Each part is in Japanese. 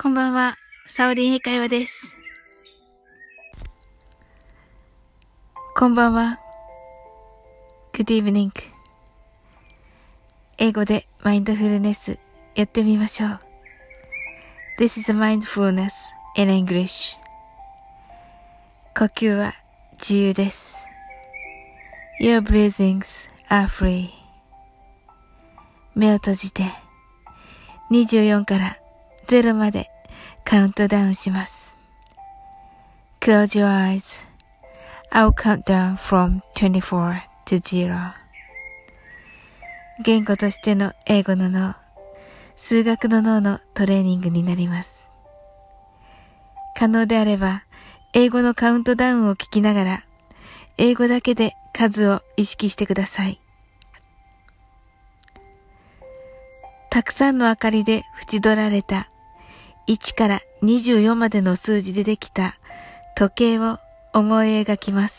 こんばんは、サオリン英会話です。こんばんは、Good evening。英語でマインドフルネスやってみましょう。This is mindfulness in English。呼吸は自由です。Your breathings are free。目を閉じて24から0までカウントダウンします。Close your eyes.I'll count down from 24 to 0. 言語としての英語の脳、数学の脳のトレーニングになります。可能であれば、英語のカウントダウンを聞きながら、英語だけで数を意識してください。たくさんの明かりで縁取られた1から24までの数字でできた時計を思い描きます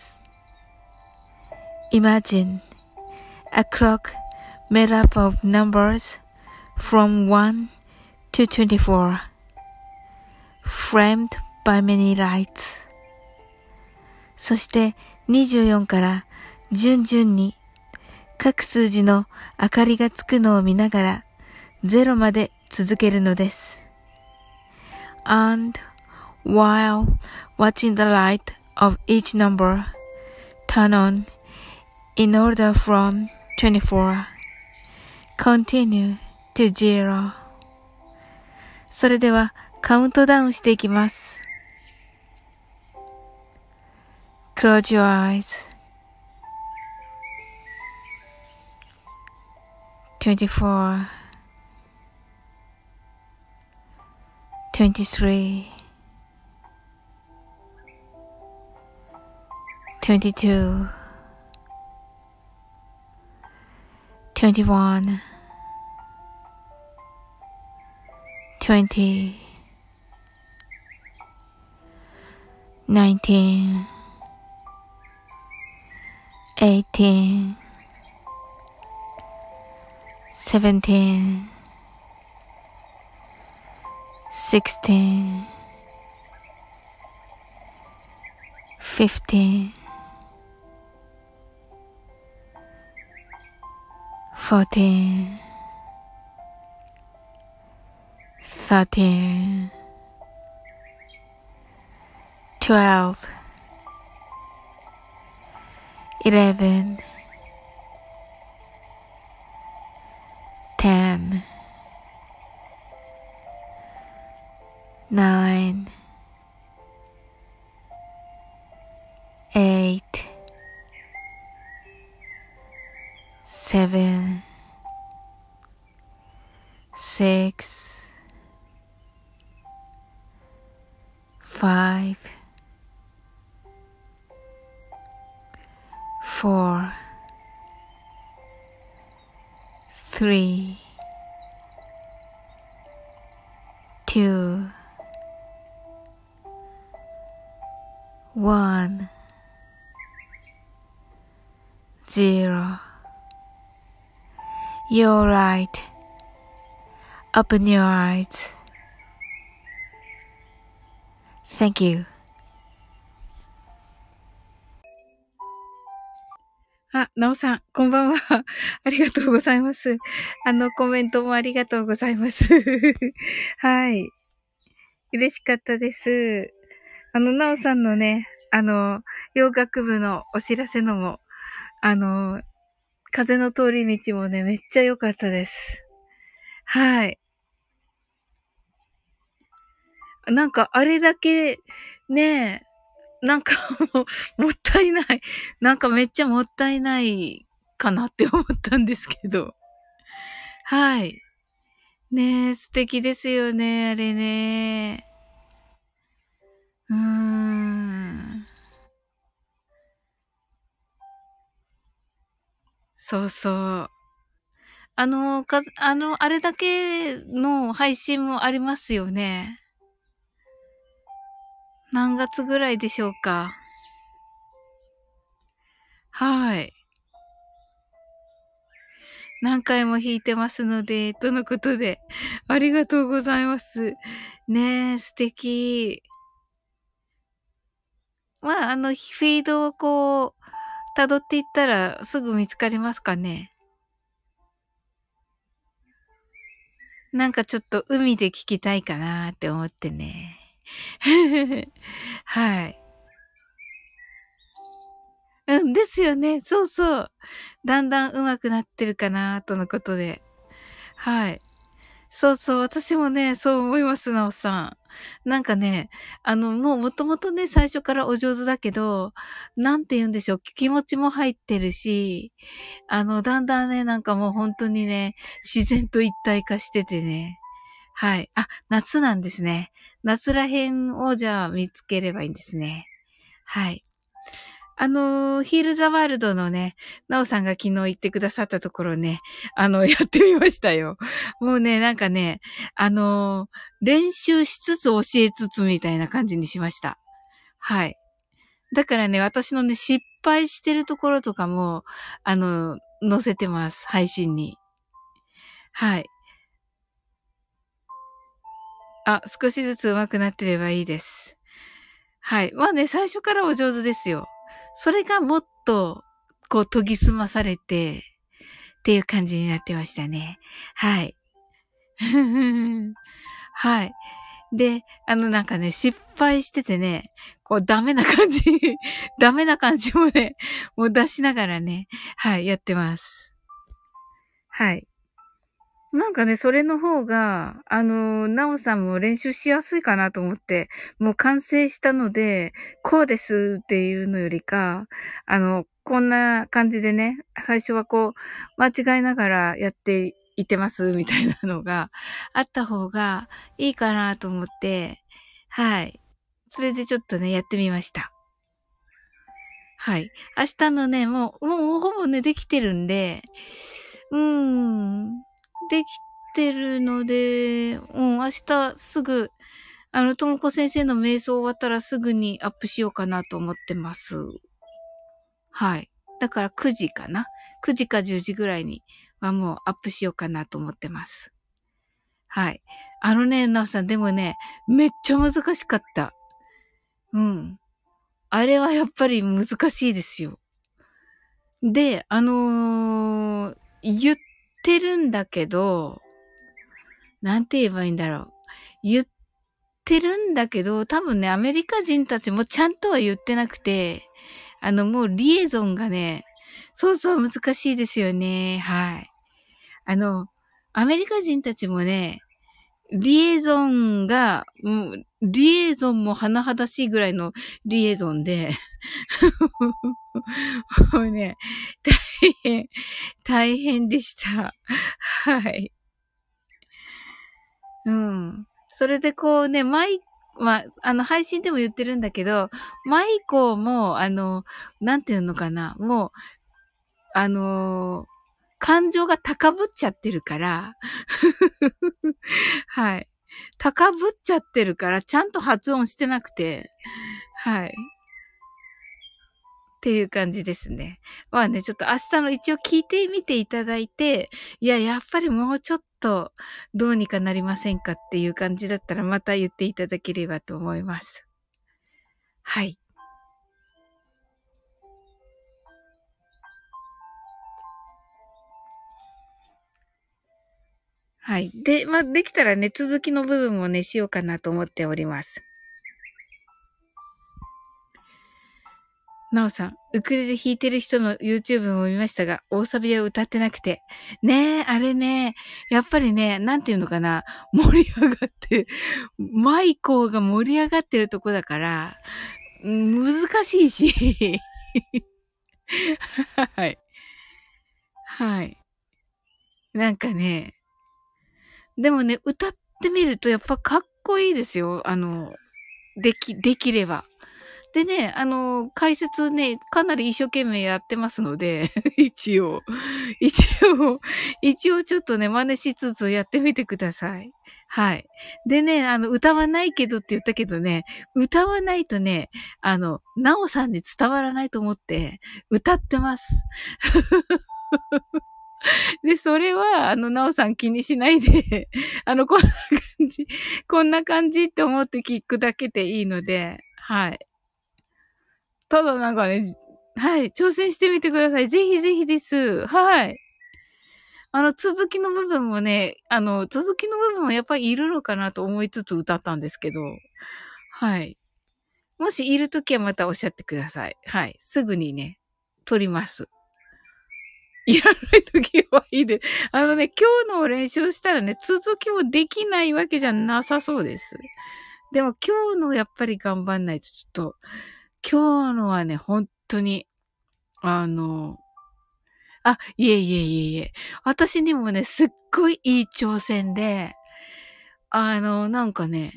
。Imagine a clock made up of numbers from 1 to 24, framed by many lights. そして24から順々に各数字の明かりがつくのを見ながら0まで続けるのです。And while watching the light of each number turn on in order from 24, continue to 0. それではカウントダウンしていきます。Close your eyes. 24, 23, 22, 21, 20, 19, 18, 17, 16, 15, 14, 13, 12, 11, 10, 9, 8, 7, 6, 5, 4, 3, 2, 1, 0. You're right. Open your eyes. Thank you. なおさん、こんばんは。ありがとうございます。コメントもありがとうございます。はい。嬉しかったです。なおさんのね、洋楽部のお知らせのも、風の通り道もね、めっちゃ良かったです。はい。なんか、あれだけ、ね、なんかもったいない。なんかめっちゃもったいないかなって思ったんですけど。はい。ねえ、素敵ですよね、あれね。そうそう。あれだけの配信もありますよね。何月ぐらいでしょうか。はい。 何回も弾いてますので、とのことで、ありがとうございます。ねえ、素敵。まあ、フィードをこう、辿っていったらすぐ見つかりますかね。なんかちょっと海で聞きたいかなって思ってね。はい。うん、ですよね。そうそう。だんだん上手くなってるかなとのことで。はい。そうそう、私もね、そう思います、なおさん。なんかね、もうもともとね、最初からお上手だけど、なんて言うんでしょう、気持ちも入ってるし、だんだんね、なんかもう本当にね、自然と一体化しててね。はい。あ、夏なんですね。夏らへんをじゃあ見つければいいんですね。はい。ヒールザワールドのね、なおさんが昨日言ってくださったところね、やってみましたよ。もうね、なんかね、練習しつつ教えつつみたいな感じにしました。はい。だからね、私のね、失敗してるところとかも、載せてます。配信に。はい。あ、少しずつ上手くなってればいいです。はい。まあね、最初からお上手ですよ。それがもっと、こう、研ぎ澄まされて、っていう感じになってましたね。はい。はい。で、なんかね、失敗しててね、こう、ダメな感じ、ダメな感じもね、もう出しながらね、はい、やってます。はい。なんかね、それの方が、なおさんも練習しやすいかなと思って、もう完成したので、こうですっていうのよりか、こんな感じでね、最初はこう、間違いながらやっていってますみたいなのがあった方がいいかなと思って、はい。それでちょっとね、やってみました。はい。明日のね、もうほぼね、できてるんで、できてるので、明日すぐ、ともこ先生の瞑想終わったらすぐにアップしようかなと思ってます。はい。だから9時かな ?9 時か10時ぐらいにはもうアップしようかなと思ってます。はい。なおさん、でもね、めっちゃ難しかった。うん。あれはやっぱり難しいですよ。で、言ってるんだけど、なんて言えばいいんだろう。言ってるんだけど、多分ね、アメリカ人たちもちゃんとは言ってなくて、もうリエゾンがね、そうそう難しいですよね。はい。アメリカ人たちもね、リエゾンが、リエゾンも甚だしいぐらいのリエゾンで、もうね、大変、大変でした。はい。うん。それでこうね、配信でも言ってるんだけど、マイコも、なんていうのかな、もう、あの、感情が高ぶっちゃってるから、はい。高ぶっちゃってるから、ちゃんと発音してなくて、はい。っていう感じですね。まあね、ちょっと明日の一応聞いてみていただいて、いや、やっぱりもうちょっとどうにかなりませんかっていう感じだったらまた言っていただければと思います。はい。はい。で、できたらね、続きの部分もね、しようかなと思っております。なおさん、ウクレレ弾いてる人の YouTube も見ましたが、大サビは歌ってなくて。ねえ、あれね、やっぱりね、なんていうのかな、盛り上がって、マイコーが盛り上がってるとこだから、難しいし。はい。はい。なんかね、でもね、歌ってみるとやっぱかっこいいですよ。できれば。でね、解説ね、かなり一生懸命やってますので、一応、一応ちょっとね、真似しつつやってみてください。はい。でね、歌わないけどって言ったけどね、歌わないとね、なおさんに伝わらないと思って、歌ってます。 で、それは、なおさん気にしないで、こんな感じ、こんな感じって思って聞くだけでいいので、はい。ただなんかね、はい、挑戦してみてください。ぜひぜひです。はい。続きの部分もね、続きの部分はやっぱりいるのかなと思いつつ歌ったんですけど、はい。もしいるときはまたおっしゃってください。はい。すぐにね、撮ります。いらないときはいいです。今日の練習したらね、続きもできないわけじゃなさそうです。でも今日のやっぱり頑張んないと、ちょっと、今日のはね、本当に、いえいえいえいえ。私にもね、すっごいいい挑戦で、なんかね、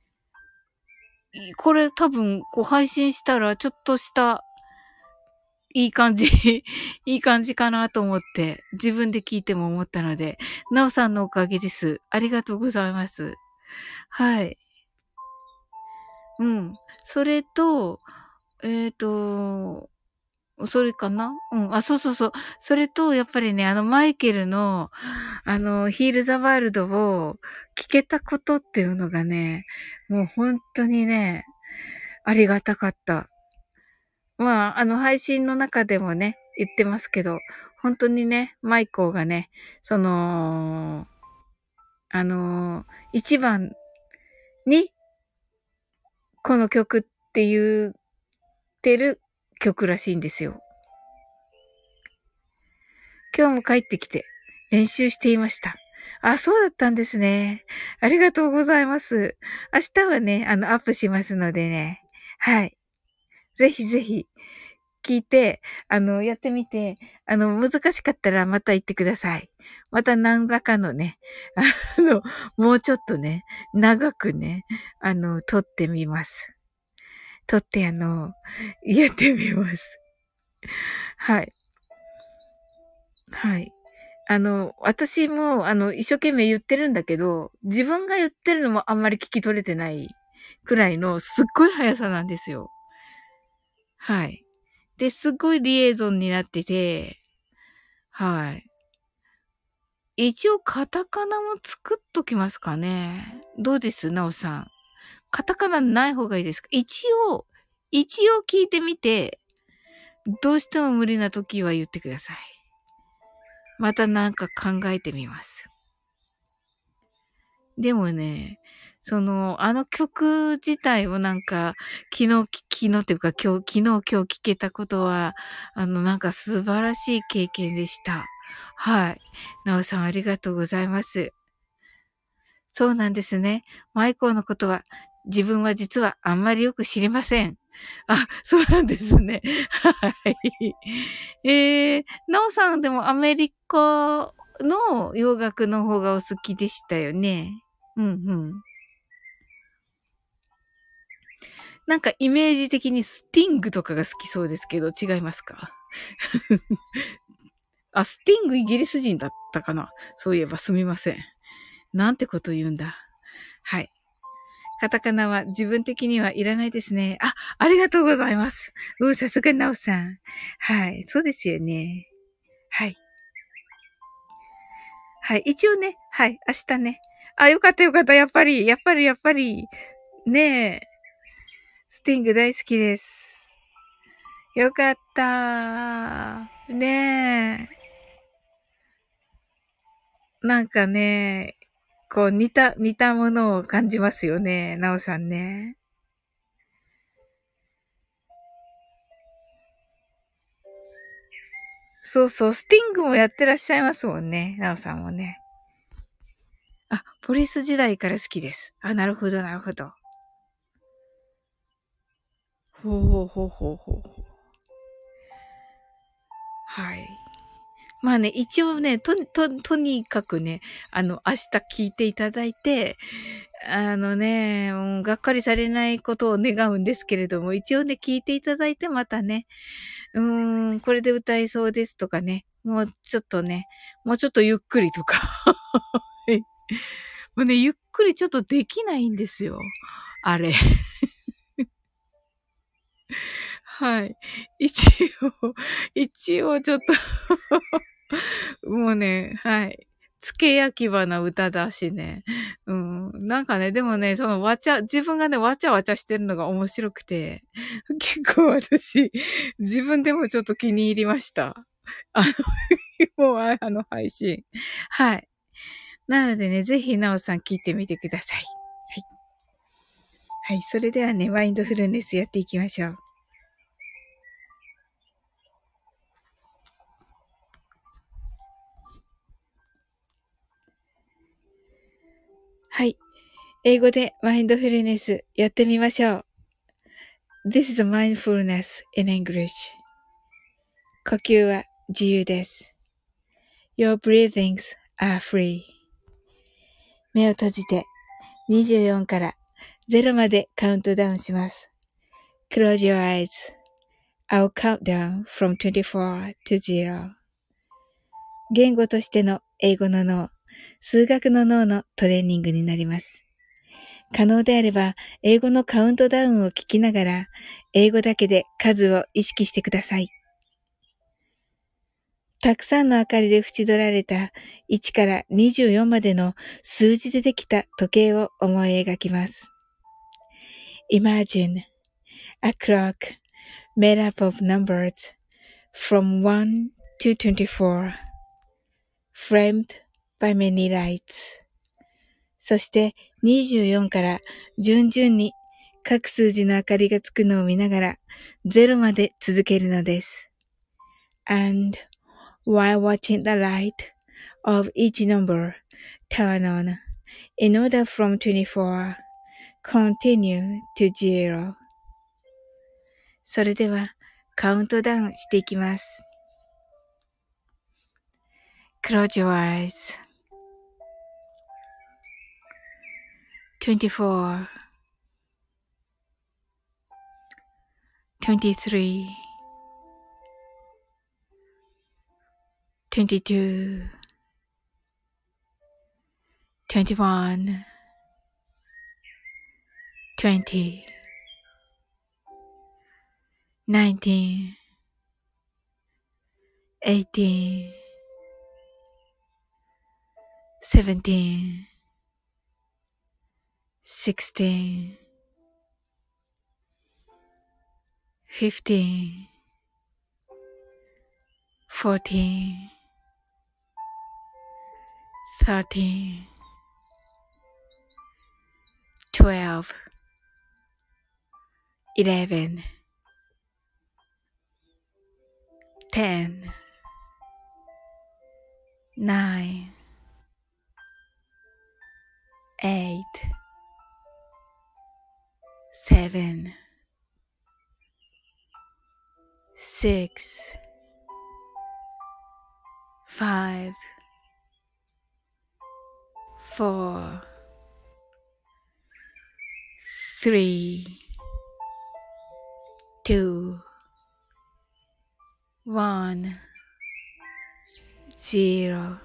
これ多分、こう配信したら、ちょっとした、いい感じ、いい感じかなと思って、自分で聞いても思ったので、なおさんのおかげです。ありがとうございます。はい。うん。それと、えっ、と、それかなうん。あ、そうそうそう。それと、やっぱりね、マイケルの、ヒール・ザ・ワールドを聞けたことっていうのがね、もう本当にね、ありがたかった。まあ、配信の中でもね、言ってますけど、本当にね、マイコーがね、その、一番に、この曲って言ってる曲らしいんですよ。今日も帰ってきて練習していました。あ、そうだったんですね。ありがとうございます。明日はね、アップしますのでね。はい。ぜひぜひ、聞いて、やってみて、難しかったらまた言ってください。また何らかのね、もうちょっとね、長くね、撮ってみます。撮って、やってみます。はい。はい。私も、一生懸命言ってるんだけど、自分が言ってるのもあんまり聞き取れてないくらいのすっごい速さなんですよ。はい。で、すっごいリエゾンになってて、はい。一応カタカナも作っときますかね。どうですなおさん。カタカナない方がいいですか？一応聞いてみて、どうしても無理な時は言ってください。またなんか考えてみます。でもね、あの曲自体をなんか、昨日っていうか昨日聞けたことは、なんか素晴らしい経験でした。はい。なおさんありがとうございます。そうなんですね。マイコーのことは、自分は実はあんまりよく知りません。あ、そうなんですね。はい。なおさんでもアメリカの洋楽の方がお好きでしたよね。うんうん。なんかイメージ的にスティングとかが好きそうですけど、違いますか？あ、スティングイギリス人だったかな？そういえばすみません。なんてこと言うんだ。はい。カタカナは自分的にはいらないですね。あ、ありがとうございます。さすがなおさん。はい。そうですよね。はい。はい。一応ね、はい。明日ね。あ、よかったよかった。やっぱり。ねえ。スティング大好きです。よかった。ねえ。なんかね、こう似たものを感じますよね。なおさんね。そうそう。スティングもやってらっしゃいますもんね。なおさんもね。あ、ポリス時代から好きです。あ、なるほど、なるほど。ほうほうほうほうほう。はい。まあね、一応ね、とにかくね、明日聞いていただいて、がっかりされないことを願うんですけれども、一応ね、聞いていただいてまたね、これで歌えそうですとかね、もうちょっとゆっくりとか。はい。もうね、ゆっくりちょっとできないんですよ。あれ。はい。一応ちょっともうね、はい。付け焼き場な歌だしね。うん。なんかね、でもね、その自分がね、わちゃわちゃしてるのが面白くて、結構私、自分でもちょっと気に入りました。あの、もう配信。はい。なのでね、ぜひ、なおさん聞いてみてください。はい。はい。それではね、マインドフルネスやっていきましょう。はい。英語でマインドフルネスやってみましょう。This is mindfulness in English. 呼吸は自由です。Your breathings are free. 目を閉じて24から0までカウントダウンします。Close your eyes. I'll count down from 24 to 0. 言語としての英語の脳、数学の脳のトレーニングになります。可能であれば、英語のカウントダウンを聞きながら、英語だけで数を意識してください。たくさんの明かりで縁取られた1から24までの数字でできた時計を思い描きます。Imagine a clock made up of numbers from 1 to 24, framed by many lights. そして24から順々に各数字の明かりがつくのを見ながら0まで続けるのです。And while watching the light of each number turn on, in order from 24, continue to 0. それではカウントダウンしていきます。Close your eyes. 24, 23, 22, 21, 20, 19, 18, 17, 16, 15, 14, 13, 12, 11, 10, 9, 8, 7, 6, 5, 4, 3, 2, 1, 0.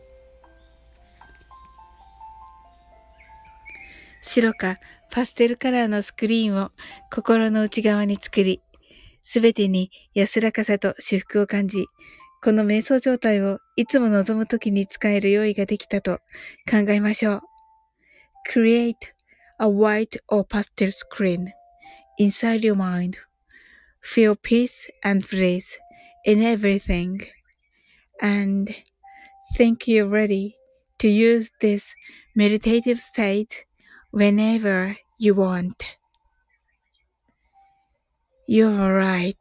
白かパステルカラーのスクリーンを心の内側に作り、すべてに安らかさと至福を感じ、この瞑想状態をいつも望むときに使える用意ができたと考えましょう。Create a white or pastel screen inside your mind. Feel peace and bliss in everything. And think you're ready to use this meditative state whenever you want. You're right.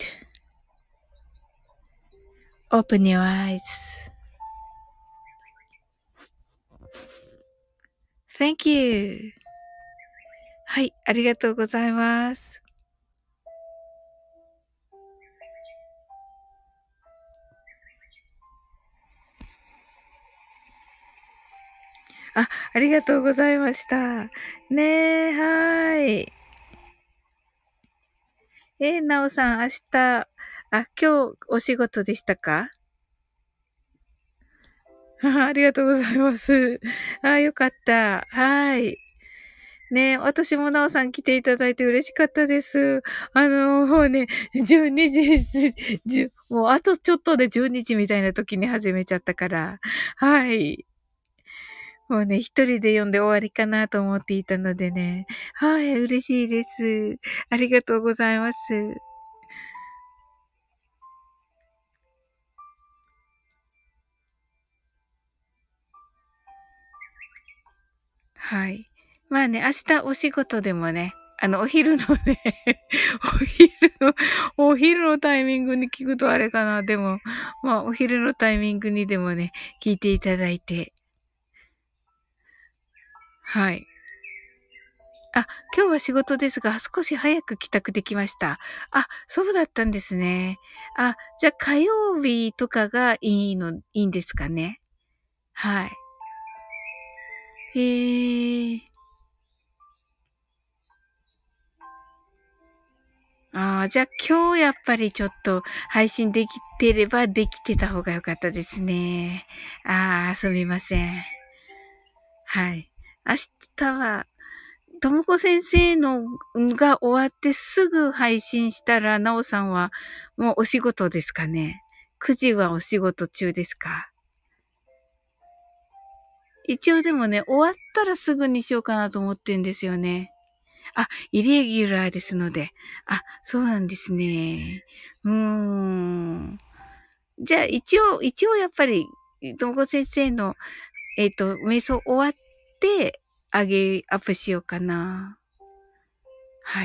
Open your eyes. Thank you. はい、ありがとうございます。ありがとうございました。ねえ、はーい。なおさん、明日、今日お仕事でしたか？ありがとうございます。よかった。はい。 ね、私もなおさん来ていただいて嬉しかったです。もうね、12時、もうあとちょっとで12時みたいな時に始めちゃったから、はい。もうね、一人で読んで終わりかなと思っていたのでね、はい、嬉しいです。ありがとうございます。はい。まあね、明日お仕事でもね、お昼のね、お昼の、お昼のタイミングに聞くとあれかな。でも、まあ、お昼のタイミングにでもね、聞いていただいて。はい。あ、今日は仕事ですが、少し早く帰宅できました。あ、そうだったんですね。あ、じゃあ火曜日とかがいいんですかね。はい。へえ。ああ、じゃあ今日やっぱりちょっと配信できてればできてた方が良かったですね。ああ、すみません。はい。明日は、ともこ先生のが終わってすぐ配信したら、なおさんはもうお仕事ですかね。9時はお仕事中ですか？一応でもね、終わったらすぐにしようかなと思ってんですよね。あ、イレギュラーですので。あ、そうなんですね。じゃあ、一応やっぱり、ともこ先生の、瞑想終わって、アップしようかな。はい。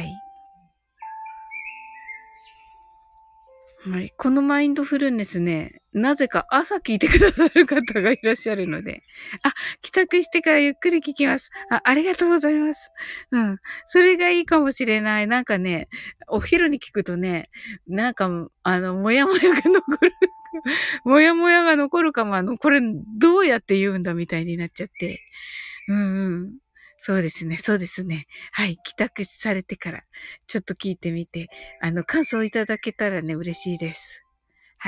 はい。このマインドフルネスね、なぜか朝聞いてくださる方がいらっしゃるので。あ、帰宅してからゆっくり聞きます。ありがとうございます。うん。それがいいかもしれない。なんかね、お昼に聞くとね、なんか、もやもやが残る。もやもやが残るかも、これどうやって言うんだみたいになっちゃって。うんうん。そうですね、そうですね。はい、帰宅されてから、ちょっと聞いてみて、感想いただけたらね、嬉しいです。はい。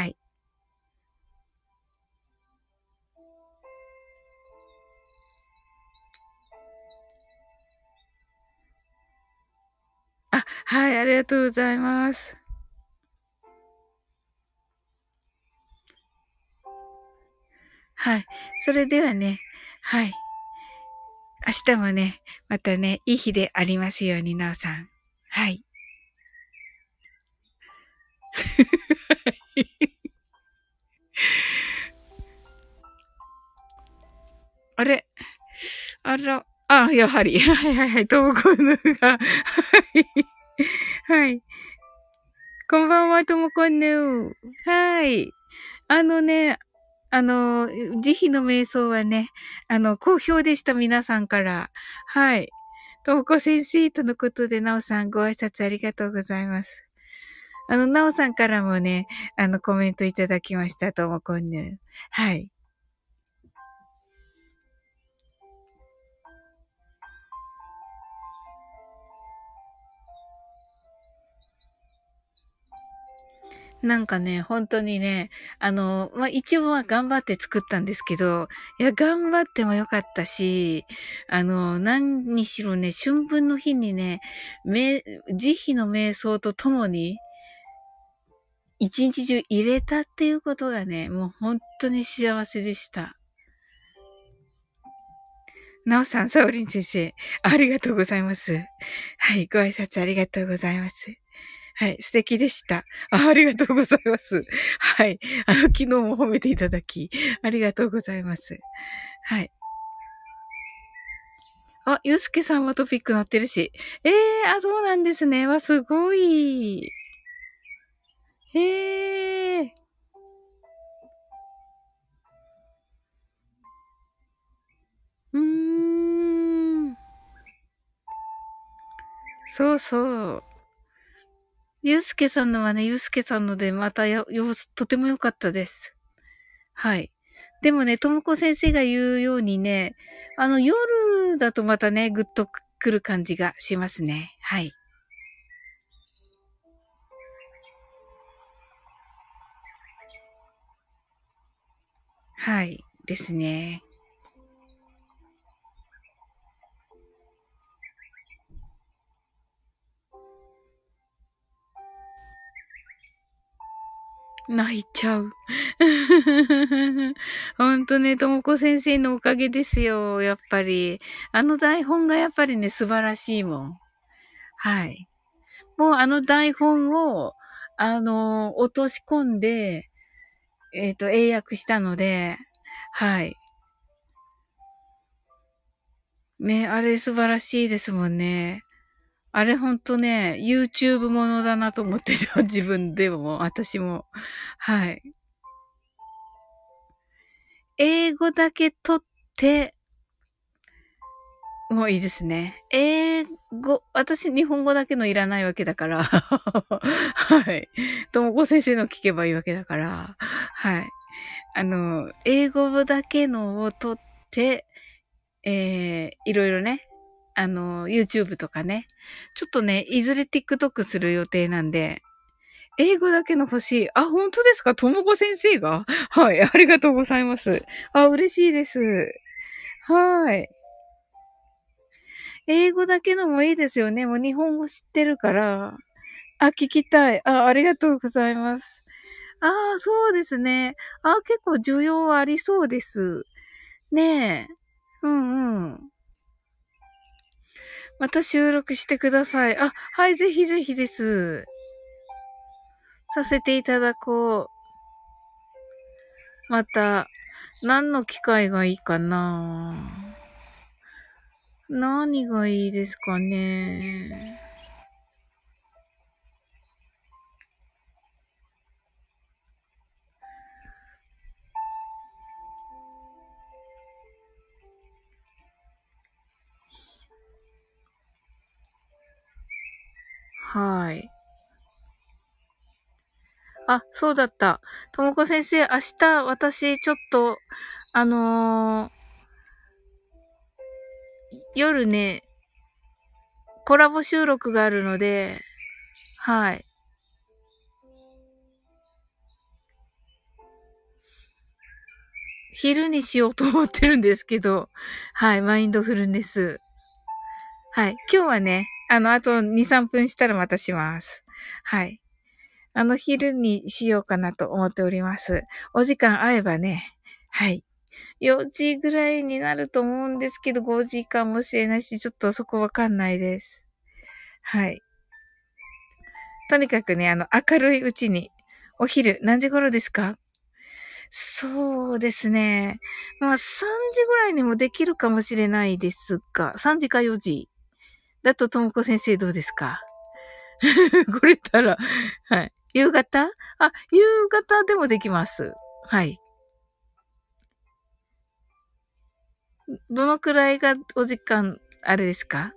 あ、はい、ありがとうございます。はい。それではね、はい。明日もね、またね、いい日でありますように、なおさん。はい。あれあら、あ、やはり。はいはいはい、ともこぬが。はい。はい。こんばんは、ともこぬ。はい。あのね、慈悲の瞑想はね、好評でした、皆さんから。はい。ともこ先生とのことで、なおさんご挨拶ありがとうございます。なおさんからもね、コメントいただきました、ともこんぬ。はい。なんかね、本当にね、一応は頑張って作ったんですけど、いや、頑張ってもよかったし、何にしろね、春分の日にね、慈悲の瞑想とともに、一日中入れたっていうことがね、もう本当に幸せでした。なおさん、サオリン先生、ありがとうございます。はい、ご挨拶ありがとうございます。はい、素敵でした。ありがとうございます。はい。昨日も褒めていただき、ありがとうございます。はい。あ、ゆうすけさんもトピック載ってるし。そうなんですね。すごい。ええうーん。そうそう。ゆうすけさんのはね、ゆうすけさんので、またとても良かったです。はい。でもね、ともこ先生が言うようにね、夜だとまたね、ぐっとくる感じがしますね。はい。はい。ですね。 泣いちゃう。ほんとね、ともこ先生のおかげですよ、やっぱり。あの台本がやっぱりね、素晴らしいもん。はい。もうあの台本を、落とし込んで、英訳したので、はい。ね、あれ素晴らしいですもんね。あれほんとね、YouTube ものだなと思ってた、自分でも、私も。はい。英語だけ取って、もういいですね。私日本語だけのいらないわけだから。はい。ともこ先生の聞けばいいわけだから。はい。英語だけのを取って、いろいろね、YouTube とかね。ちょっとね、いずれ TikTok する予定なんで、英語だけの欲しい。あ、本当ですか？ともこ先生が？はい、ありがとうございます。あ、嬉しいです。はい。英語だけのもいいですよね。もう日本語知ってるから。あ、聞きたい。あ、ありがとうございます。ああ、そうですね。あ、結構需要ありそうです。ねえ。うんうん。また収録してください。あ、はい、ぜひぜひです。させていただこう。また、何の機会がいいかな？何がいいですかね。はい。あ、そうだった。ともこ先生、明日私ちょっと、あのー夜ね、コラボ収録があるので、はい。昼にしようと思ってるんですけど、はい、マインドフルネス。はい。今日はね、あと2、3分したらまたします。はい。昼にしようかなと思っております。お時間合えばね、はい。4時ぐらいになると思うんですけど、5時かもしれないし、ちょっとそこわかんないです。はい。とにかくね、明るいうちに、お昼、何時頃ですか？そうですね。まあ、3時ぐらいにもできるかもしれないですが、3時か4時だと、ともこ先生どうですか？これたら、はい。夕方？あ、夕方でもできます。はい。どのくらいがお時間、あれですか？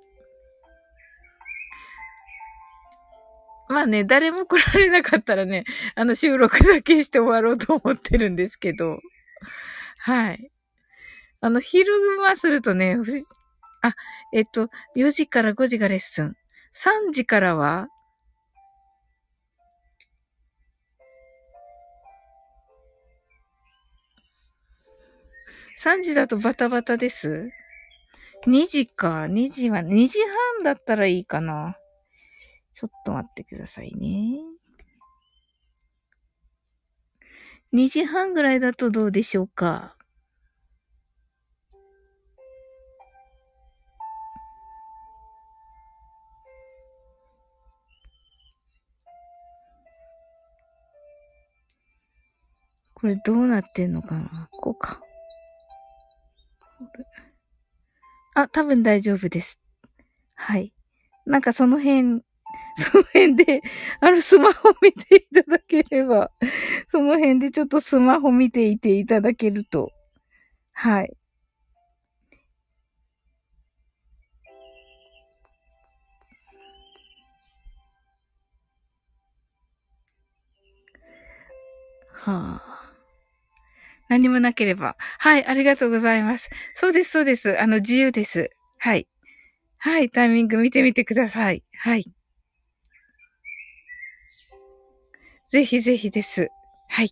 まあね、誰も来られなかったらね、収録だけして終わろうと思ってるんですけど。はい。昼間するとね、あ、4時から5時がレッスン。3時からは3時だとバタバタです。2時か。2時は、2時半だったらいいかな。ちょっと待ってくださいね。2時半ぐらいだとどうでしょうか。これどうなってんのかな？こうか。あ、多分大丈夫です。はい。なんかその辺、その辺で、スマホ見ていただければ、その辺でちょっとスマホ見ていていただけると、はい。はあ。何もなければ。はい、ありがとうございます。そうです、そうです。自由です。はい。はい、タイミング見てみてください。はい。ぜひぜひです。はい。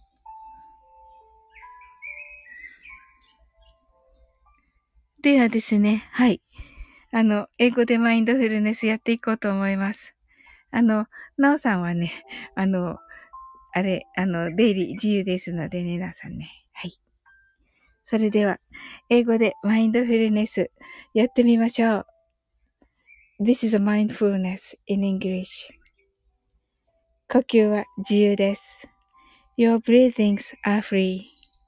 ではですね、はい。英語でマインドフルネスやっていこうと思います。なおさんはね、 出入り自由ですのでね、皆さんね。はい。それでは、英語でマインドフルネスやってみましょう。This is a mindfulness in English. 呼吸は自由です。Your breathings are free.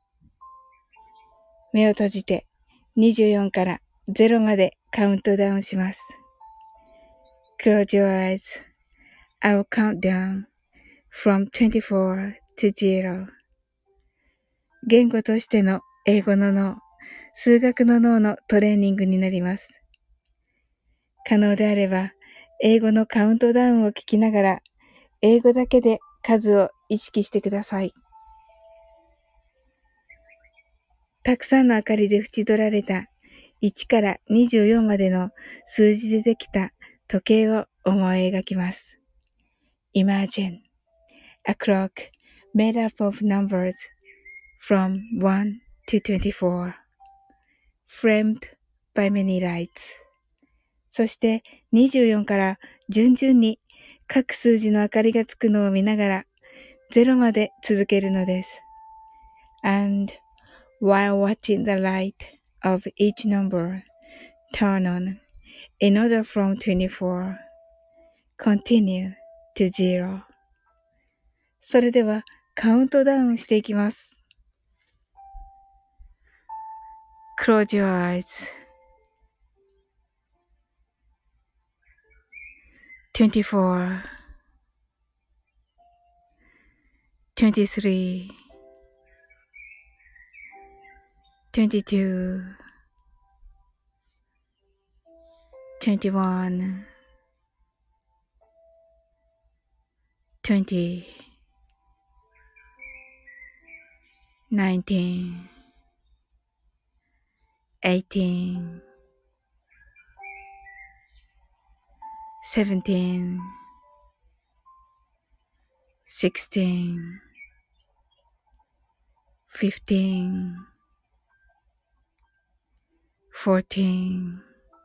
目を閉じて24から0までカウントダウンします。Close your eyes. I will count down from 24 to 0. 言語としての英語の脳、数学の脳のトレーニングになります。可能であれば、英語のカウントダウンを聞きながら、英語だけで数を意識してください。たくさんの明かりで縁取られた1から24までの数字でできた時計を思い描きます。Imagine a clock made up of numbers from 1 to 24, framed by many lights. そして24から順々に各数字の明かりがつくのを見ながら0まで続けるのです。And while watching the light of each number turn on in order from 24, continue to 0. それではカウントダウンしていきます。Close your eyes. 24, 23, 22, 21, 20, 19, 18, 17, 16, 15, 14,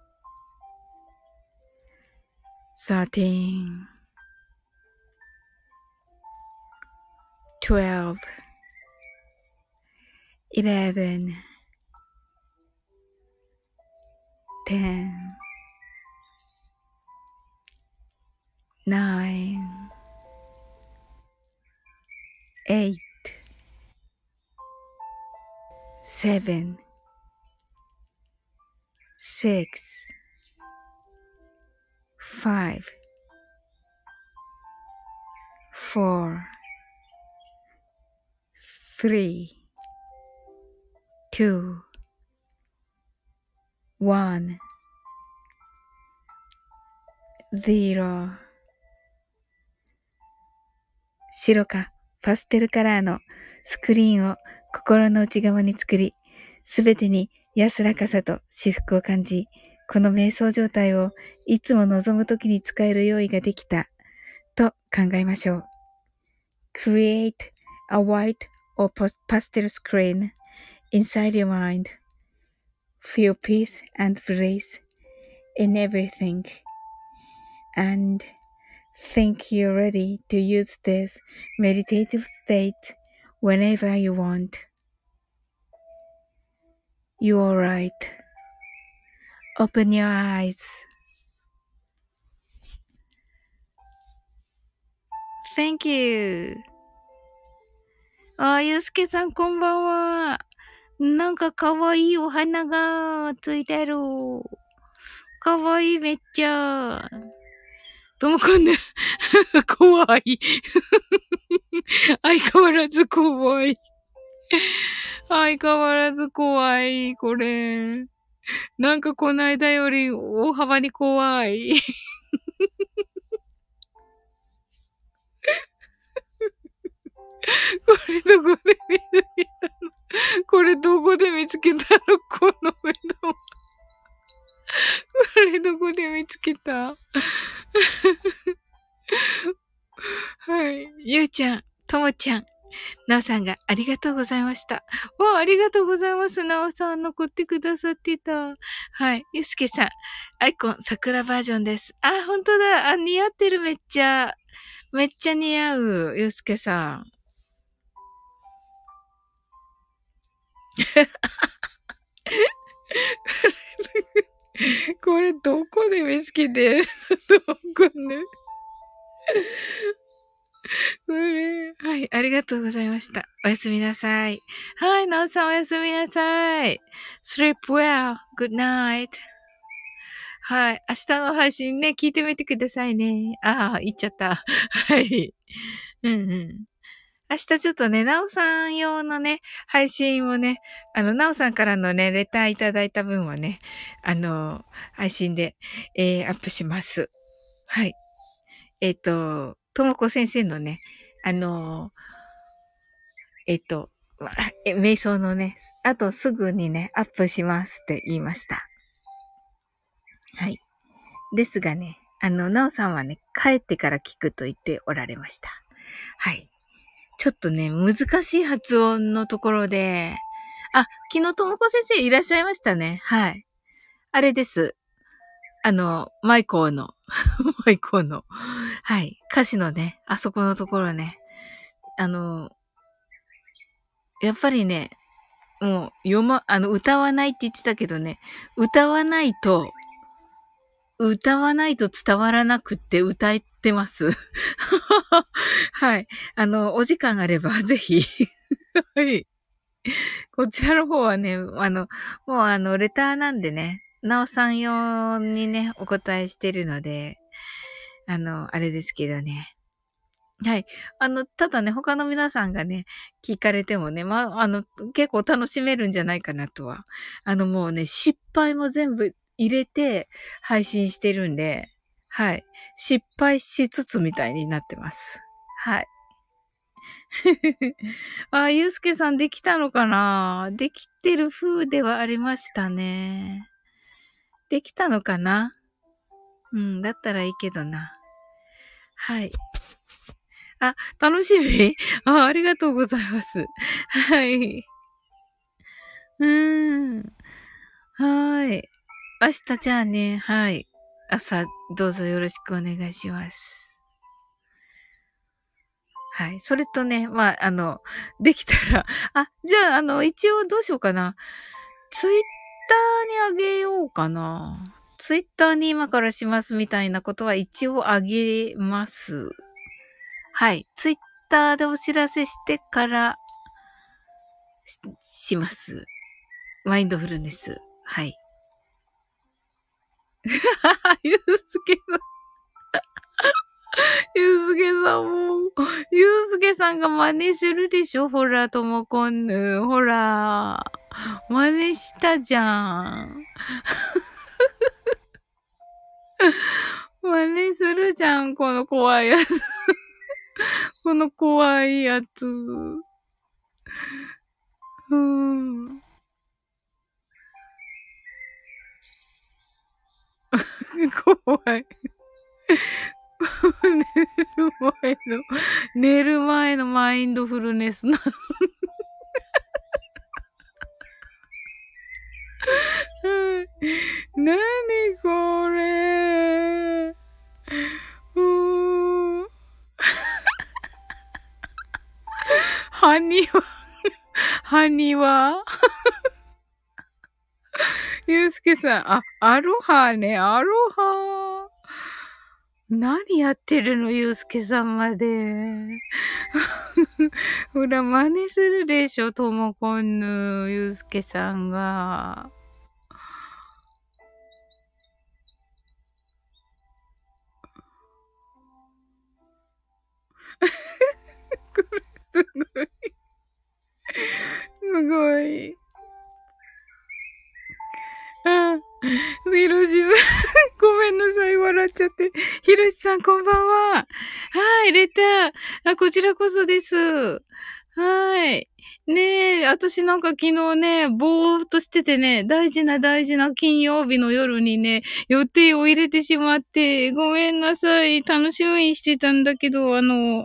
13, 12, 11, 10, 9, 8, 7, 6, 5, 4, 3, 2, 1, 0. 白かパステルカラーのスクリーンを心の内側に作り、すべてに安らかさと至福を感じ、この瞑想状態をいつも望むときに使える用意ができたと考えましょう。Create a white or pastel screen inside your mind. Feel peace and bliss in everything. And think you're ready to use this meditative state whenever you want. You're right. Open your eyes. Thank you. ゆうすけさんこんばんは。なんかかわいいお花がついてる。かわいいめっちゃ。ともこんね。怖い。相変わらず怖い。相変わらず怖い。これ。なんかこの間より大幅に怖い。これどこで見つけたの？これどこで見つけたの？この目玉。これどこで見つけた？はい。ゆうちゃん、ともちゃん、なおさんがありがとうございました。ありがとうございます。なおさん残ってくださってた。はい。ゆうすけさん、アイコン桜バージョンです。ほんとだ。似合ってるめっちゃ。めっちゃ似合う。ゆうすけさん。 これどこで見つけてるのとわかんない。これ、はい、ありがとうございました。おやすみなさい。はい、なおさんおやすみなさい。sleep well. good night. はい、明日の配信ね、聞いてみてくださいね。ああ、言っちゃった。はい。うんうん。明日ちょっとね、なおさん用のね、配信をね、なおさんからのね、レターいただいた分はね、配信で、アップします。はい。ともこ先生のね、あの、瞑想のね、あとすぐにね、アップしますって言いました。はい。ですがね、なおさんはね、帰ってから聞くと言っておられました。はい。ちょっとね、難しい発音のところで、あ、昨日ともこ先生いらっしゃいましたね。はい。あれです。マイコーの、マイコーの、はい。歌詞のね、あそこのところね、やっぱりね、もう、歌わないって言ってたけどね、歌わないと伝わらなくって歌ってます。はい。お時間があれば、ぜひ。はい。こちらの方はね、もうレターなんでね、なおさん用にね、お答えしてるので、あれですけどね。はい。ただね、他の皆さんがね、聞かれてもね、結構楽しめるんじゃないかなとは。もうね、失敗も全部入れて配信してるんで、はい。失敗しつつみたいになってます。はい。あ、ゆうすけさんできたのかな？できてる風ではありましたね。できたのかな？うん、だったらいいけどな。はい。あ、楽しみあ、ありがとうございます。はい。うーん。はい。明日じゃあね、はい。朝、どうぞよろしくお願いします。はい。それとね、できたら、あ、じゃあ、一応どうしようかな。ツイッターにあげようかな。ツイッターに今からしますみたいなことは一応あげます。はい。ツイッターでお知らせしてからします。マインドフルネス。はい。ゆうすけさん、ゆうすけさんも、ゆうすけさんが真似するでしょほら、ともこんぬ。ほら。真似したじゃん。真似するじゃん、この怖いやつ。この怖いやつ。怖い。寝る前のマインドフルネスな。なにこれ。はにわ。ゆうすけさん、あ、アロハね、アロハ。何やってるの、ゆうすけさんまで。ほら、真似するでしょ、ともこんぬ、ゆうすけさんが。すごい。すごい。あ、ひろしさん、ごめんなさい、笑っちゃって。ひろしさん、こんばんは。はい、レター。あ、こちらこそです。はい。ねえ、私なんか昨日ね、ぼーっとしててね、大事な大事な金曜日の夜にね、予定を入れてしまって、ごめんなさい。楽しみにしてたんだけど、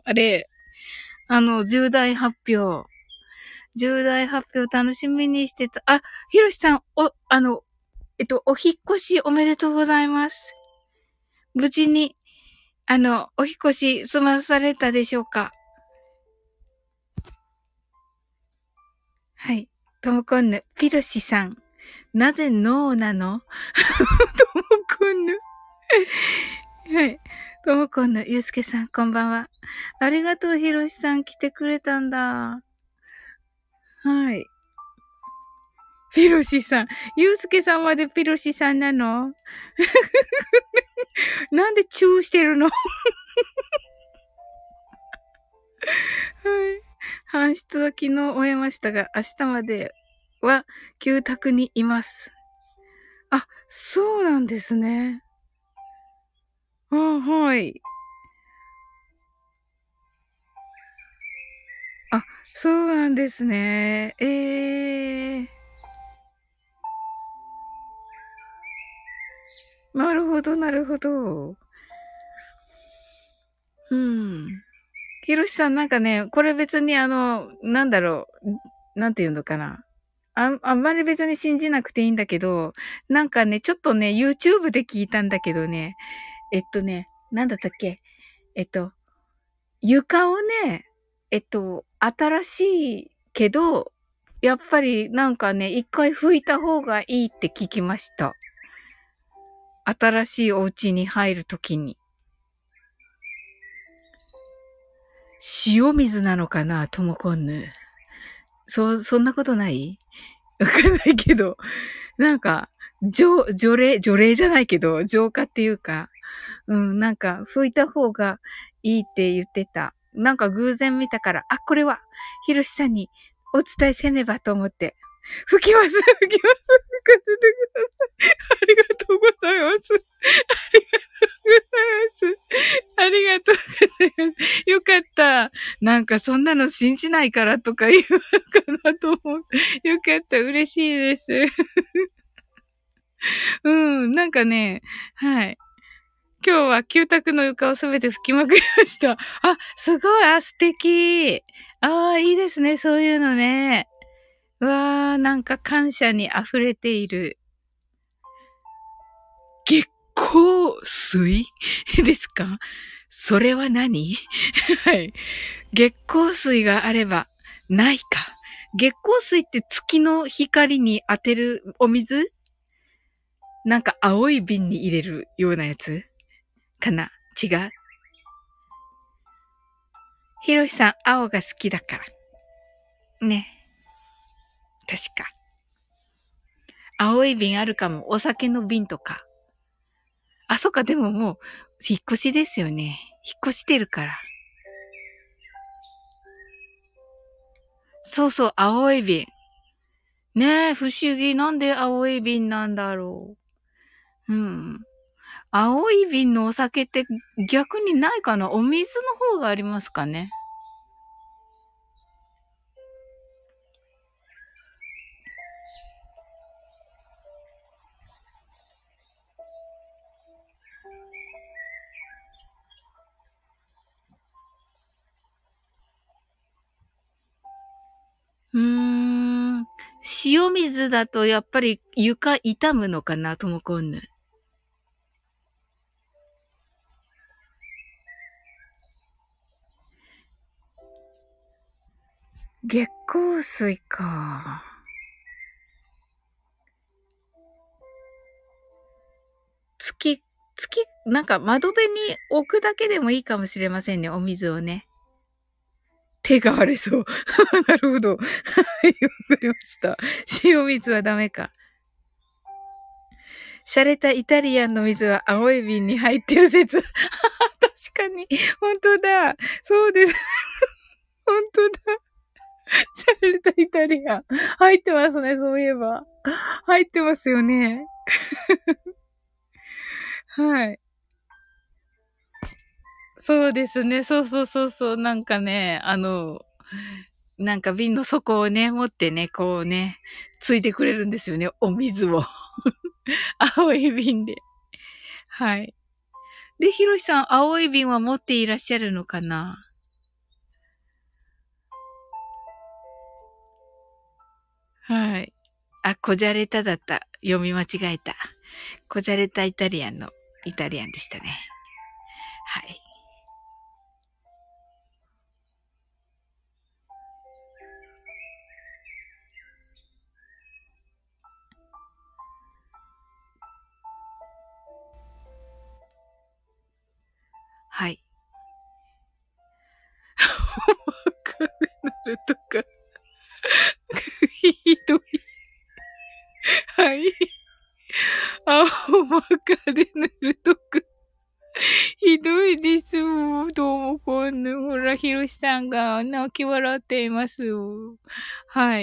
重大発表。重大発表楽しみにしてた。あ、ひろしさん、お引っ越しおめでとうございます。無事に、お引っ越し済まされたでしょうか？はい。 ともこんぬ、ピロシさん。なぜノーなのともこんぬ。はい。ともこんぬ、ゆうすけさん、こんばんは。ありがとう、ひろしさん、来てくれたんだ。はい。ピロシさん。ゆうすけさんまでピロシさんなのなんでチューしてるのはい。搬出は昨日終えましたが、明日までは旧宅にいます。あ、そうなんですね。あ、はい。あ、そうなんですね。なるほど、なるほど。うん。ひろしさんなんかね、これ別になんだろう、なんていうのかな。あんまり別に信じなくていいんだけど、なんかね、ちょっとね、YouTube で聞いたんだけどね、なんだったっけえっと、床をね、新しいけど、やっぱりなんかね、一回拭いた方がいいって聞きました。新しいお家に入るときに。塩水なのかなともこんぬ。そんなことないわかんないけど、なんか、除霊じゃないけど、浄化っていうか、うん、なんか、拭いた方がいいって言ってた。なんか偶然見たから、あ、これは、ひろしさんにお伝えせねばと思って。吹きます、吹きます。吹かせてください。ありがとうございます。ありがとうございます。ありがとうございます。よかった。なんかそんなの信じないからとか言うかなと思う。よかった。嬉しいです。うん。なんかね、はい。今日は旧宅の床をすべて拭きまくりました。あ、すごい。あ、素敵。ああ、いいですね。そういうのね。うわー、なんか感謝に溢れている。月光水ですか？それは何はい。月光水があれば、ないか。月光水って月の光に当てるお水なんか青い瓶に入れるようなやつかな？違う？ひろしさん、青が好きだから。ね。確か。青い瓶あるかも。お酒の瓶とか。あ、そっか、でももう、引っ越しですよね。引っ越してるから。そうそう、青い瓶。ねえ、不思議。なんで青い瓶なんだろう。うん。青い瓶のお酒って逆にないかな？お水の方がありますかね？うーん。塩水だとやっぱり床傷むのかな？ともこんぬ。月光水か。なんか窓辺に置くだけでもいいかもしれませんね、お水をね。手が荒れそう。なるほど。はい、わかりました。塩水はダメか。洒落たイタリアンの水は青い瓶に入ってる説。確かに。本当だ。そうです。本当だ。洒落たイタリアン。入ってますね、そういえば。入ってますよね。はい。そうですね。そうそうそうそう。なんかね、なんか瓶の底をね、持ってね、こうね、ついてくれるんですよね。お水を。青い瓶で。はい。で、ひろしさん、青い瓶は持っていらっしゃるのかな？はい。あ、こじゃれただった。読み間違えた。こじゃれたイタリアンのイタリアンでしたね。はい。 はい。わかるとか。ひどい。はい。青ばかり塗るとか。ひどいですよ。どうもこんな、ほら、ひろしさんが泣き笑っていますよ。はい。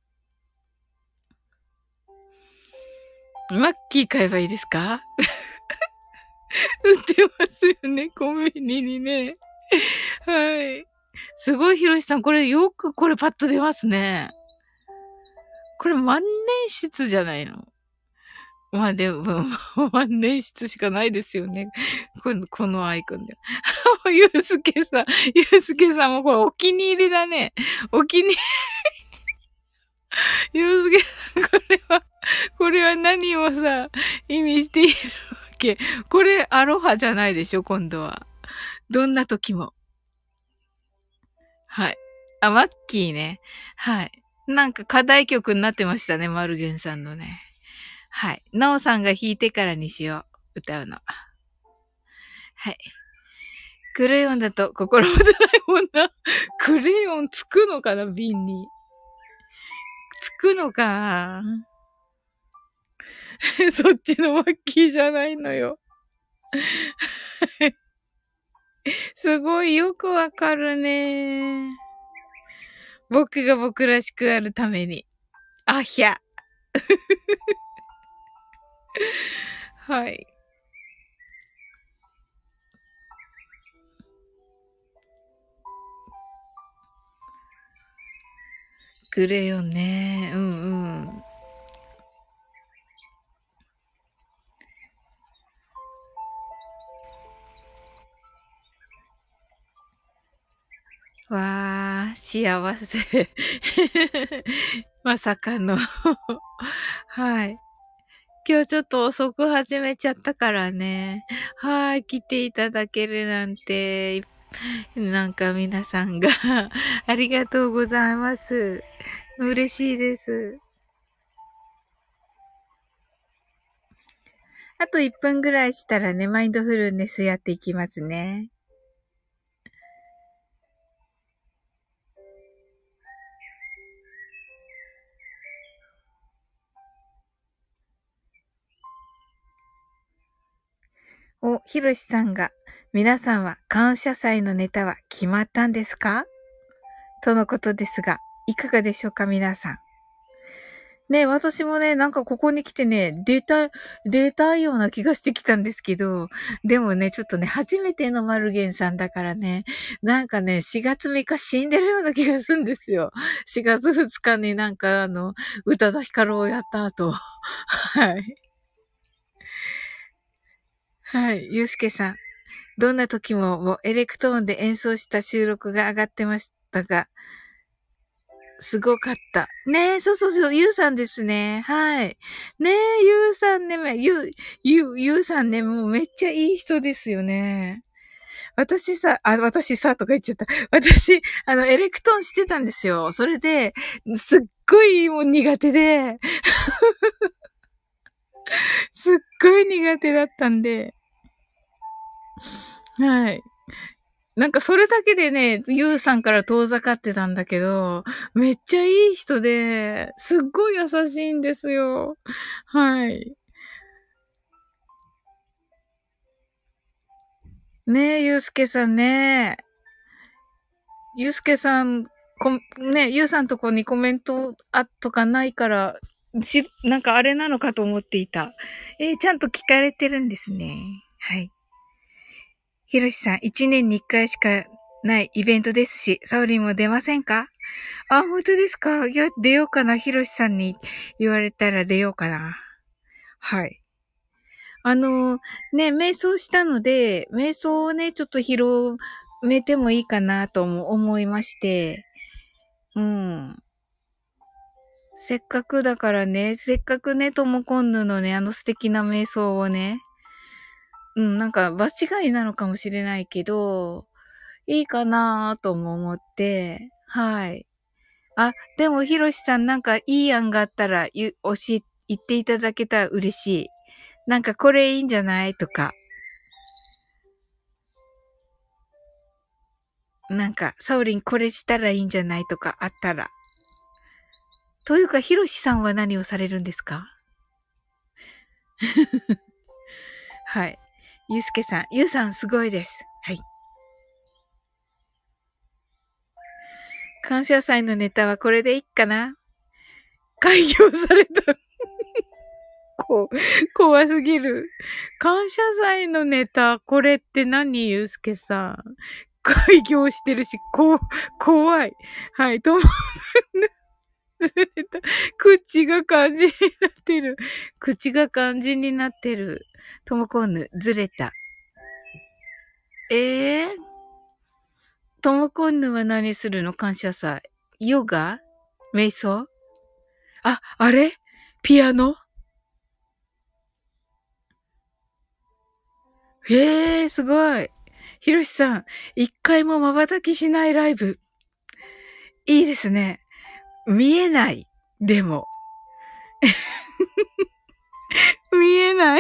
マッキー買えばいいですか？売ってますよね、コンビニにね。はい。すごい、ひろしさん。これよくこれパッと出ますね。これ万年筆じゃないの？まあでも、万年筆しかないですよね。このアイコンで。ゆうすけさん、ゆうすけさんもこれお気に入りだね。お気に、ゆうすけさん、これは何をさ、意味しているわけ？これ、アロハじゃないでしょ、今度は。どんな時も。はい。あ、マッキーね。はい。なんか課題曲になってましたね、マルゲンさんのね。はい。ナオさんが弾いてからにしよう。歌うの。はい。クレヨンだと心もとないもんな。クレヨンつくのかな、瓶に。つくのかな。そっちのマッキーじゃないのよ。すごいよくわかるね。僕が僕らしくあるために。あひゃ。はい。クレヨンね。うんうん。わー、幸せ。まさかの。はい。今日ちょっと遅く始めちゃったからね。はい、来ていただけるなんて、なんか皆さんがありがとうございます。嬉しいです。あと1分ぐらいしたらね、マインドフルネスやっていきますね。お、ひろしさんが、皆さんは感謝祭のネタは決まったんですか？とのことですが、いかがでしょうか皆さん。ね、私もね、なんかここに来てね、データような気がしてきたんですけど、でもね、ちょっとね、初めてのマルゲンさんだからね、なんかね、4月3日死んでるような気がするんですよ。4月2日になんか宇多田ヒカルをやった後。はい。はい。ゆうすけさん。どんな時もエレクトーンで演奏した収録が上がってましたが、すごかった。ねえ、そうそうそう、ゆうさんですね。はい。ねえ、ゆうさんね、ゆうさんね、もうめっちゃいい人ですよね。私さ、とか言っちゃった。私、エレクトーンしてたんですよ。それで、すっごいもう苦手で、すっごい苦手だったんで、はい。なんかそれだけでね、ゆうさんから遠ざかってたんだけど、めっちゃいい人で、すっごい優しいんですよ。はい。ねえ、ゆうすけさんね。ゆうすけさん、ねえ、ゆうさんとこにコメントとかないから、なんかあれなのかと思っていた。ちゃんと聞かれてるんですね。はい。ひろしさん、1年に1回しかないイベントですし、サオリンも出ませんか？あ、本当ですか？いや、出ようかな。ひろしさんに言われたら出ようかな。はい。ね、瞑想したので、瞑想をね、ちょっと広めてもいいかなとも思いまして、うん。せっかくだからね、せっかくね、ともこんぬのね、素敵な瞑想をね、うん、なんか場違いなのかもしれないけど、いいかなとも思って、はい。あ、でもひろしさんなんかいい案があったら言っていただけたら嬉しい。なんかこれいいんじゃないとか。 なんか、サオリンこれしたらいいんじゃないとかあったら。というか、ヒロシさんは何をされるんですか？はい。ゆうすけさん、ゆうさんすごいです。はい。感謝祭のネタはこれでいいかな？開業された。怖すぎる。感謝祭のネタ、これって何？ゆうすけさん。開業してるし、怖い。はい、とも、ずれた。口が漢字になってる。口が漢字になってる。ともこんぬ、ずれた。ともこんぬは何するの？感謝祭。ヨガ？瞑想？あれ？ピアノ？すごい。ひろしさん、一回も瞬きしないライブ。いいですね。見えない。でも。見えない。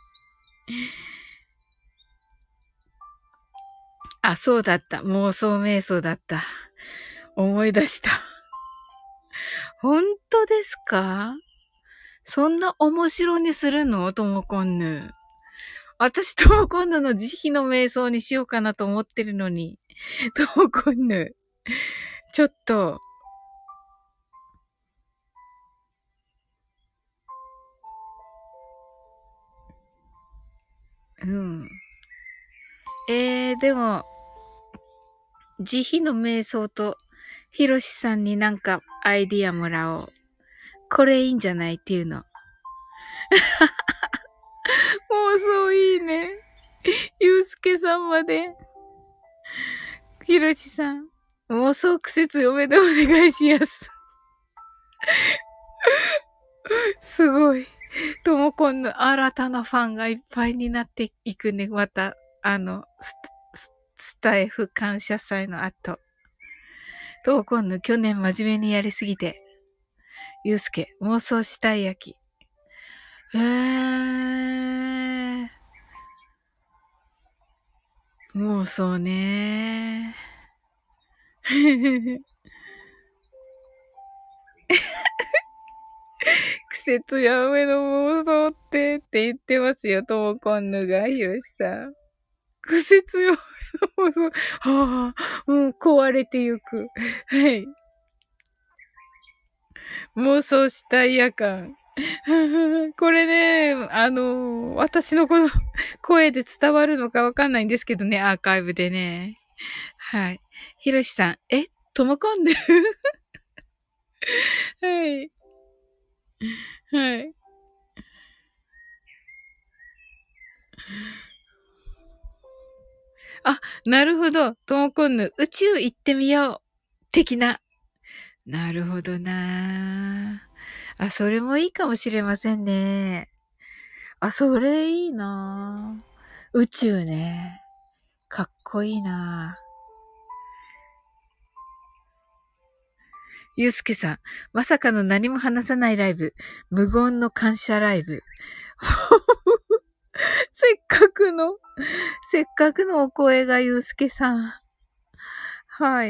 そうだった。妄想瞑想だった。思い出した。本当ですか？そんな面白にするの？ともこんぬ。私ともこんぬの慈悲の瞑想にしようかなと思ってるのに。ともこんぬ。ちょっと。うん。でも、慈悲の瞑想と、ひろしさんになんかアイディアもらおう。これいいんじゃないっていうの。妄想いいね。ゆうすけさんまで。ひろしさん。妄想苦節読めでお願いします。すごい。ともこんの新たなファンがいっぱいになっていくね。また、スタイフ感謝祭の後。ともこんの去年真面目にやりすぎて。ゆうすけ、妄想したい焼き。妄想ね。季節やめの妄想って言ってますよ、ともこんぬが、ひろしさん。季節やめの妄想。はあ、もう壊れてゆく。はい。妄想したい夜間。これね、私のこの声で伝わるのかわかんないんですけどね、アーカイブでね。はい。ひろしさん、ともこんぬはい。はい。なるほど。ともこんぬ、宇宙行ってみよう。的な。なるほどな。それもいいかもしれませんね。それいいな。宇宙ね。かっこいいな。ゆうすけさん、まさかの何も話さないライブ。無言の感謝ライブ。せっかくのお声がゆうすけさん。はい。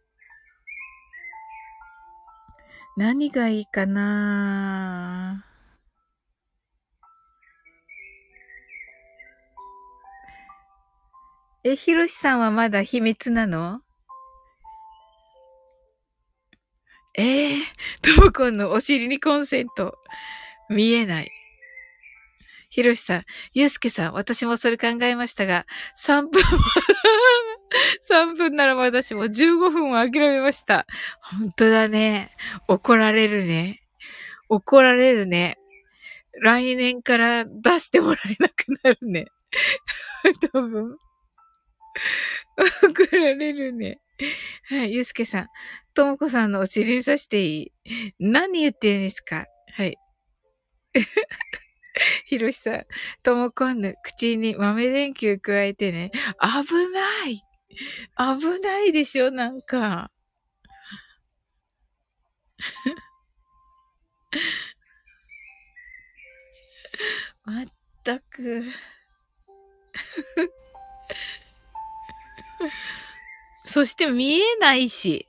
何がいいかな。ひろしさんはまだ秘密なの？トモコンのお尻にコンセント。見えない。ひろしさん、ゆうすけさん、私もそれ考えましたが、3分、3分なら私も15分は諦めました。本当だね。怒られるね。怒られるね。来年から出してもらえなくなるね。多分。怒られるね。はい、ゆうすけさん。ともこさんのお尻に刺していい？何言ってるんですか？はい。ひろしさん。ともこんぬ、口に豆電球加えてね。危ない。危ないでしょなんか。まったく。 そして見えないし。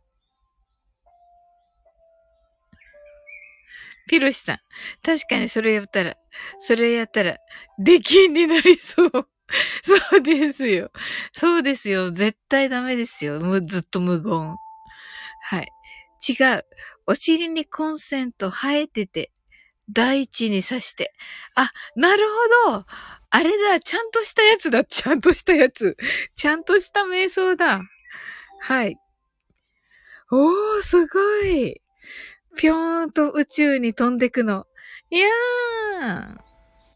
ピロシさん。確かにそれやったら、出禁になりそう。そうですよ。そうですよ。絶対ダメですよ。ずっと無言。はい。違う。お尻にコンセント生えてて、大地に刺して。あ、なるほど。あれだ。ちゃんとしたやつだ。ちゃんとしたやつ。ちゃんとした瞑想だ。はい。おー、すごい。ぴょーんと宇宙に飛んでくの。いやー。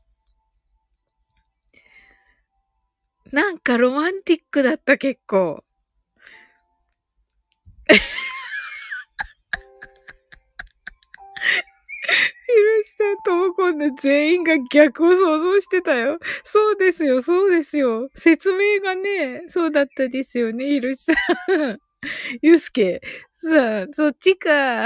なんかロマンティックだった、結構。ひろしさんともこんな全員が逆を想像してたよ。そうですよ、そうですよ。説明がね、そうだったですよね、ひろしさん。ゆうすけ。さあ、そっちか。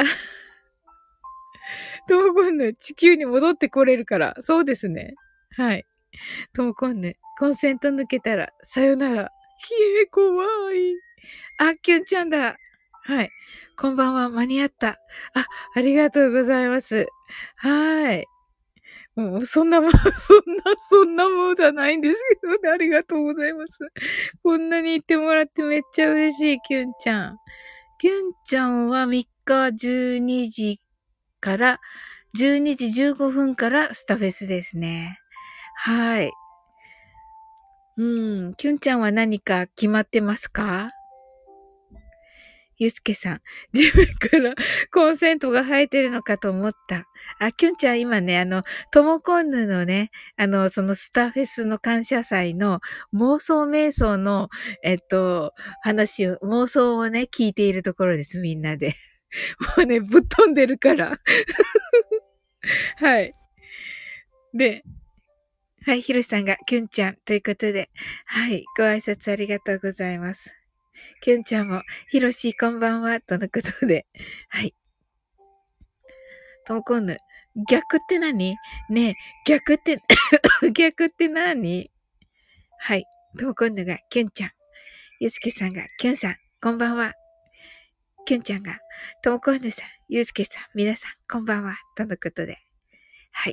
ともこんぬ、地球に戻ってこれるから。そうですね。はい。ともこんぬ、コンセント抜けたら、さよなら。ひえ、怖い。あ、きゅんちゃんだ。はい。こんばんは、間に合った。あ、ありがとうございます。はい。もう、そんなもん、そんなもんじゃないんですけどね。ありがとうございます。こんなに言ってもらってめっちゃ嬉しい、きゅんちゃん。きゅんちゃんは3日12時から、12時15分からスタフェスですね。はい。きゅんちゃんは何か決まってますか？ゆうすけさん、自分からコンセントが生えてるのかと思った。あ、きゅんちゃん今ね、ともこんぬのね、そのスターフェスの感謝祭の妄想瞑想の、妄想をね、聞いているところです、みんなで。もうね、ぶっ飛んでるから。はい。で、はい、ひろしさんが、きゅんちゃんということで、はい、ご挨拶ありがとうございます。きゅんちゃんも、ひろしこんばんは、とのことで、はい。ともこんぬ。逆って何？ねえ、逆って、逆って何？はい。ともこんぬが、きゅんちゃん。ゆうすけさんが、きゅんさん、こんばんは。きゅんちゃんが、ともこんぬさん、ゆうすけさん、皆さん、こんばんは。とのことで。はい。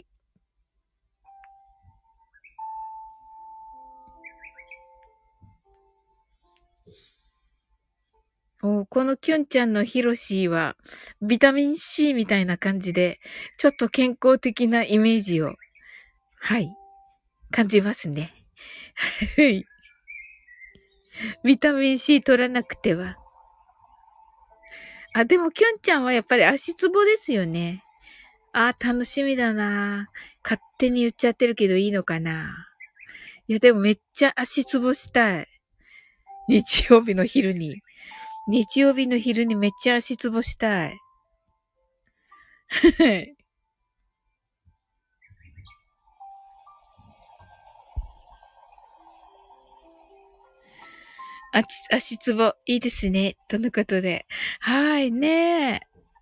このきゅんちゃんのひろしは、ビタミン C みたいな感じで、ちょっと健康的なイメージを、はい、感じますね。はい。ビタミン C 取らなくては。あ、でもきゅんちゃんはやっぱり足つぼですよね。あ、楽しみだな。勝手に言っちゃってるけどいいのかな。いや、でもめっちゃ足つぼしたい。日曜日の昼に。日曜日の昼にめっちゃ足つぼしたい。はい。足つぼ、いいですね。とのことで。はいね。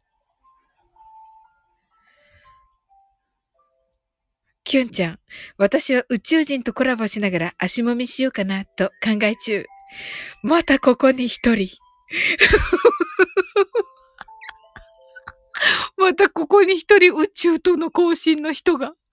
きゅんちゃん、私は宇宙人とコラボしながら足もみしようかなと考え中。またここに一人。またここに一人宇宙との交信の人が。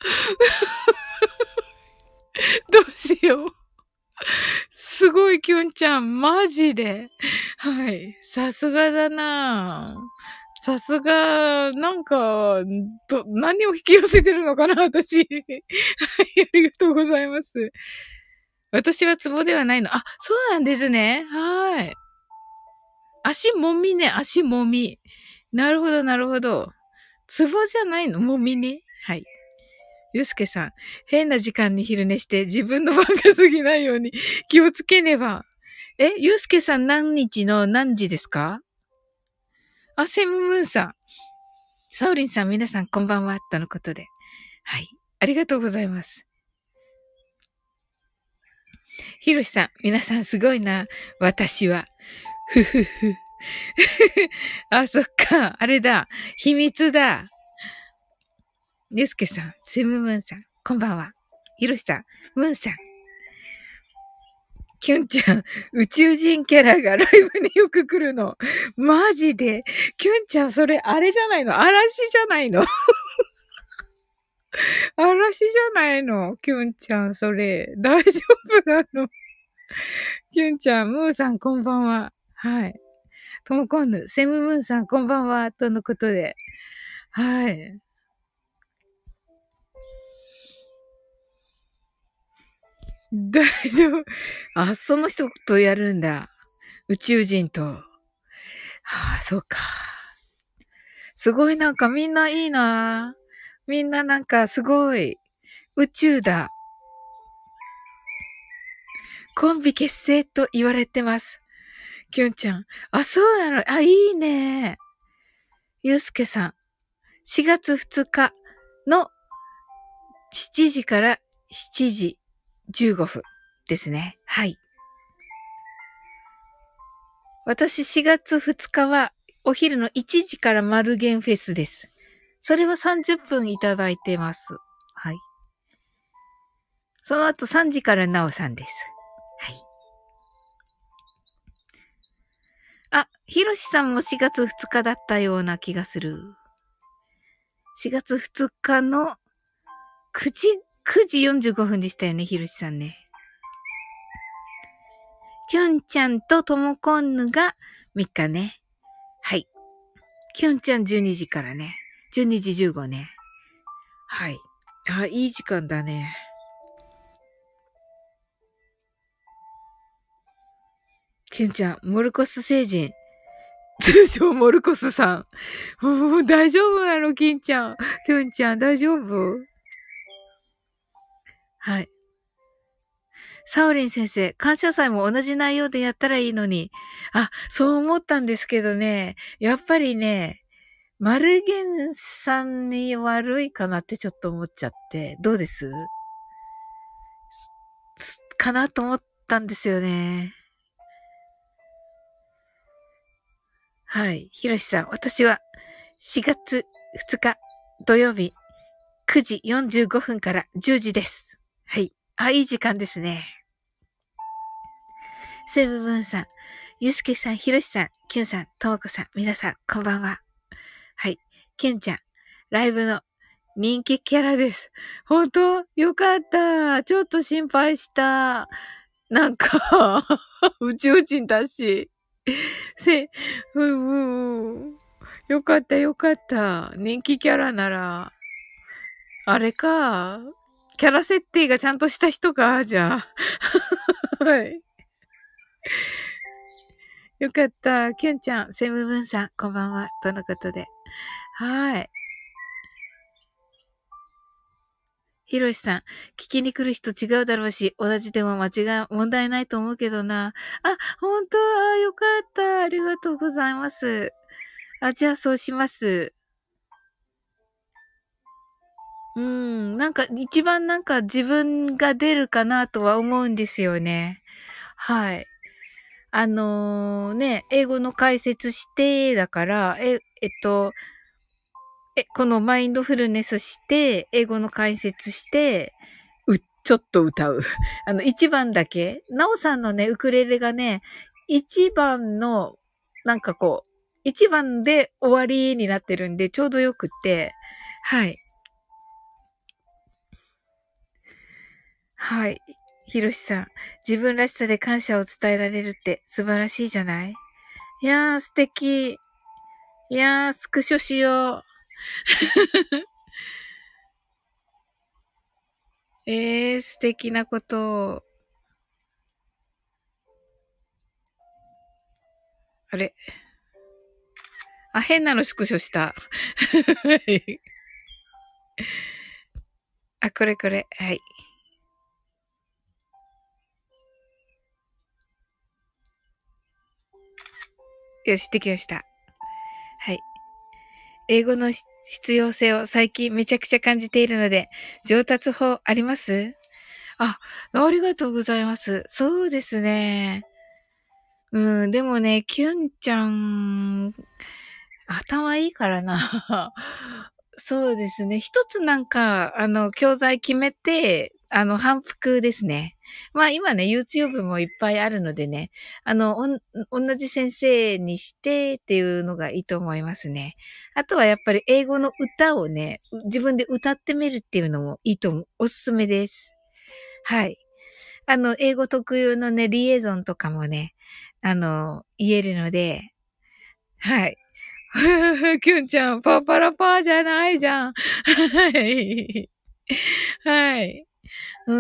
どうしよう。すごい、きゅんちゃん。マジで。はい。さすがだなさすが、なんか、何を引き寄せてるのかな、私。はい、ありがとうございます。私はツボではないの。あ、そうなんですね。はい。足もみね、足もみ。なるほど、なるほど。ツボじゃないのもみね。はい。ゆうすけさん、変な時間に昼寝して自分の番が過ぎないように気をつけねば。ゆうすけさん何日の何時ですか？あ、セムムーンさん。サウリンさん、皆さんこんばんは。とのことで。はい。ありがとうございます。ひろしさん、皆さんすごいな。私は。ふふふ。あ、そっか。あれだ。秘密だ。ゆうすけさん、セムムーンさん、こんばんは。ひろしさん、ムーンさん。 キュンちゃん、宇宙人キャラがライブによく来るの。マジで。キュンちゃん、それ、あれじゃないの？嵐じゃないの？嵐じゃないの？キュンちゃん、それ。大丈夫なの？キュンちゃん、ムーさん、こんばんは。はい。ともこんぬ、セムムーンさん、こんばんは。とのことで。はい。大丈夫。あ、その人とやるんだ。宇宙人と。はあ、そうか。すごいなんかみんないいな。みんななんかすごい。宇宙だ。コンビ結成と言われてます。キュンちゃん。あ、そうなの。あ、いいね。ゆうすけさん。4月2日の7時から7時15分ですね。はい。私4月2日はお昼の1時からマルゲンフェスです。それは30分いただいてます。はい。その後3時からなおさんです。はい。あ、ひろしさんも4月2日だったような気がする。4月2日の9時45分でしたよね、ひろしさんね。きゅんちゃんとともこんぬが3日ね。はい。きゅんちゃん12時からね。12時15ね。はい。あ、いい時間だね。きゅんちゃん、モルコス星人。通称モルコスさん。大丈夫なの、きんちゃん。きゅんちゃん、大丈夫？はい。サオリン先生、感謝祭も同じ内容でやったらいいのに。あ、そう思ったんですけどね。やっぱりね、マルゲンさんに悪いかなってちょっと思っちゃって。どうですかなと思ったんですよね。はい。ひろしさん、私は4月2日土曜日9時45分から10時です。はい。あ、いい時間ですね。セブブンさん、ゆうすけさん、ひろしさん、キュンさん、ともこさん、皆さん、こんばんは。はい。キュンちゃん、ライブの人気キャラです。本当？よかった。ちょっと心配した。なんか宇宙人だし。うんうん。よかったよかった。人気キャラなら、あれか。キャラ設定がちゃんとした人か、じゃあ。はい。よかった。キュンちゃん、セムブンさん、こんばんは。とのことで。はい。ひろしさん、聞きに来る人違うだろうし、同じでも問題ないと思うけどな。あ、本当？よかった。ありがとうございます。あ、じゃあそうします。なんか一番なんか自分が出るかなとは思うんですよね。はい。英語の解説して、だから、このマインドフルネスして、英語の解説して、ちょっと歌う。一番だけ。なおさんのね、ウクレレがね、一番の、なんかこう、一番で終わりになってるんで、ちょうどよくって、はい。はい。ひろしさん、自分らしさで感謝を伝えられるって素晴らしいじゃない？いやー、素敵。いやー、スクショしよう。素敵なことを。あれ？あ、変なのスクショした。はい。あ、これこれ。はい。よし、できました。はい。英語の必要性を最近めちゃくちゃ感じているので、上達法あります？あ、ありがとうございます。そうですね。でもね、キュンちゃん、頭いいからな。そうですね。一つなんか、教材決めて、 反復ですね。まあ今ね、YouTube もいっぱいあるのでね、同じ先生にしてっていうのがいいと思いますね。あとはやっぱり英語の歌をね、自分で歌ってみるっていうのもいいと思う。おすすめです。はい。英語特有のね、リエゾンとかもね、言えるので、はい。キュンちゃん、パパラパーじゃないじゃん。はい。はい。うん。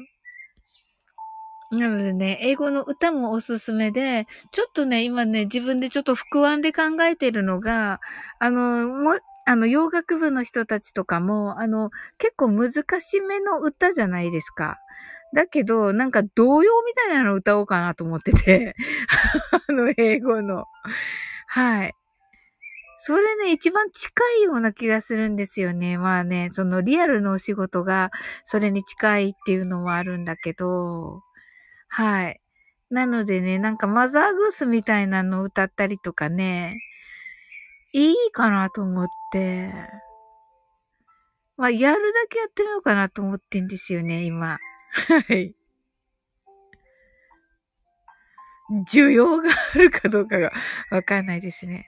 なのでね、英語の歌もおすすめで、ちょっとね、今ね、自分でちょっと副案で考えてるのが、洋楽部の人たちとかも、結構難しめの歌じゃないですか。だけど、なんか童謡みたいなの歌おうかなと思ってて、英語の。はい。それね、一番近いような気がするんですよね。まあね、そのリアルのお仕事がそれに近いっていうのもあるんだけど、はい。なのでね、なんかマザーグースみたいなのを歌ったりとかね、いいかなと思って、まあ、やるだけやってみようかなと思ってんですよね、今。はい。需要があるかどうかがわかんないですね。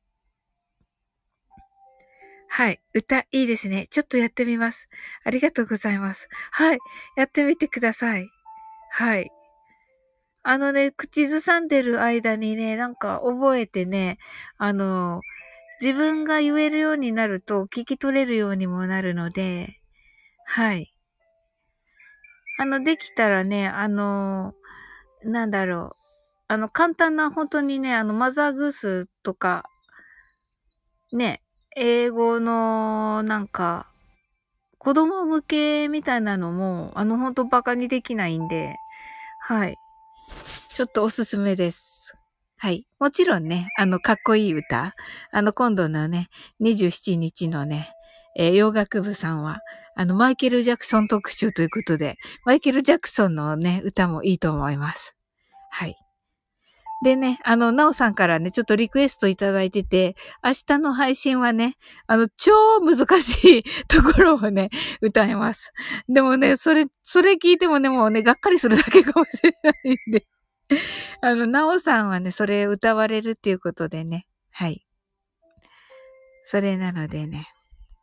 はい。歌いいですね。ちょっとやってみます。ありがとうございます。はい。やってみてください。はい。口ずさんでる間にね、なんか覚えてね、あの、自分が言えるようになると聞き取れるようにもなるので、はい。できたらね、なんだろう。簡単な本当にね、マザーグースとか、ね、英語のなんか、子供向けみたいなのも、本当バカにできないんで、はい。ちょっとおすすめです。はい。もちろんね、かっこいい歌。今度のね、27日のね、洋楽部さんは、マイケル・ジャクソン特集ということで、マイケル・ジャクソンのね、歌もいいと思います。はい。でね、なおさんからね、ちょっとリクエストいただいてて、明日の配信はね、超難しいところをね、歌います。でもね、それ聞いてもね、もうね、がっかりするだけかもしれないんで。なおさんはね、それ歌われるっていうことでね。はい。それなのでね。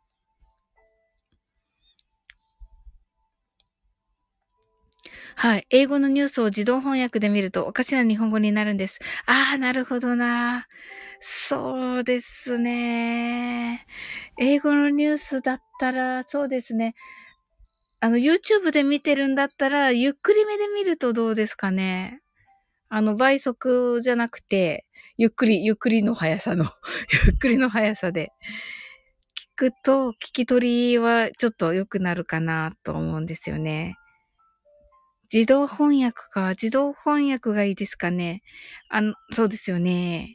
はい。英語のニュースを自動翻訳で見るとおかしな日本語になるんです。ああ、なるほどな。そうですね。英語のニュースだったら、そうですね。YouTube で見てるんだったら、ゆっくりめで見るとどうですかね。倍速じゃなくて、ゆっくりの速さのゆっくりの速さで聞くと、聞き取りはちょっと良くなるかなと思うんですよね。自動翻訳か。自動翻訳がいいですかね。そうですよね。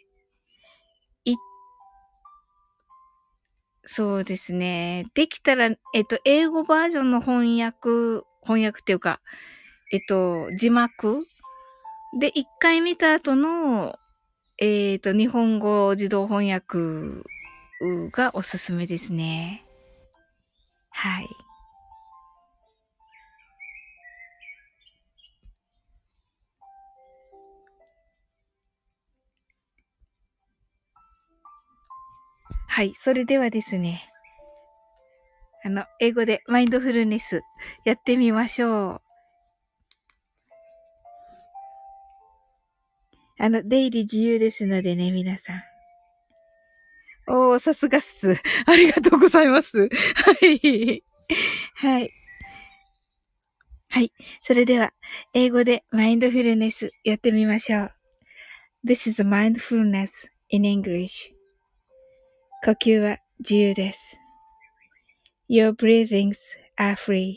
そうですね。できたら、英語バージョンの翻訳っていうか、字幕で一回見た後の、日本語自動翻訳がおすすめですね。はい。はい。それではですね、英語でマインドフルネスやってみましょう。出入り自由ですのでね、皆さん。おー、さすがっす。ありがとうございます。はい。はい。はい。それでは、英語でマインドフルネスやってみましょう。This is mindfulness in English. 呼吸は自由です。Your breathings are free.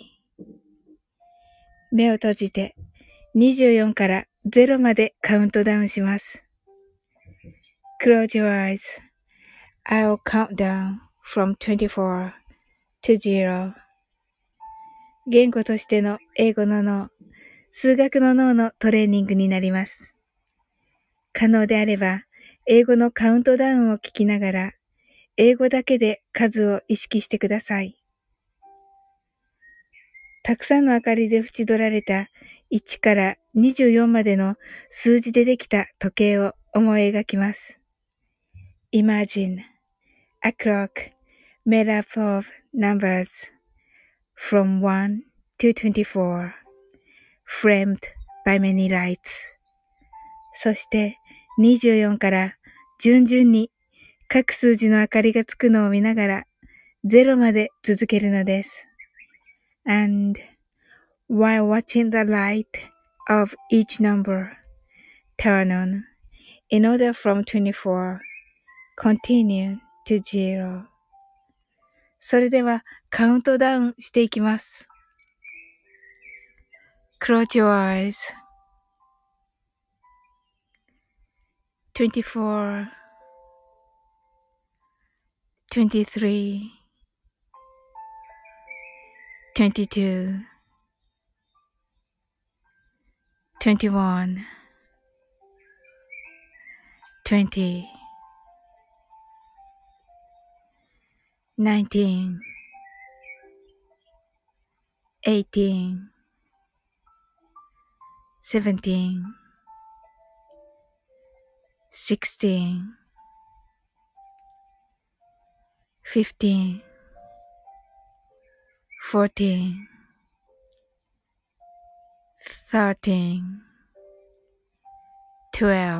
目を閉じて24から0までカウントダウンします。Close your eyes. I'll count down from 24 to 0. 言語としての英語の脳、数学の脳のトレーニングになります。可能であれば、英語のカウントダウンを聞きながら、英語だけで数を意識してください。 たくさんの明かりで縁取られた1から24までの数字でできた時計を思い描きます。Imagine a clock made up of numbers from 1 to 24, framed by many lights. そして24から順々に各数字の明かりがつくのを見ながら0まで続けるのです。And while watching the light of each number turn on in order from 24, continue to 0. それではカウントダウンしていきます。Close your eyes. 24, 23, 22, 21, 20, 19, 18, 17, 16, 15, 14, 13, 12,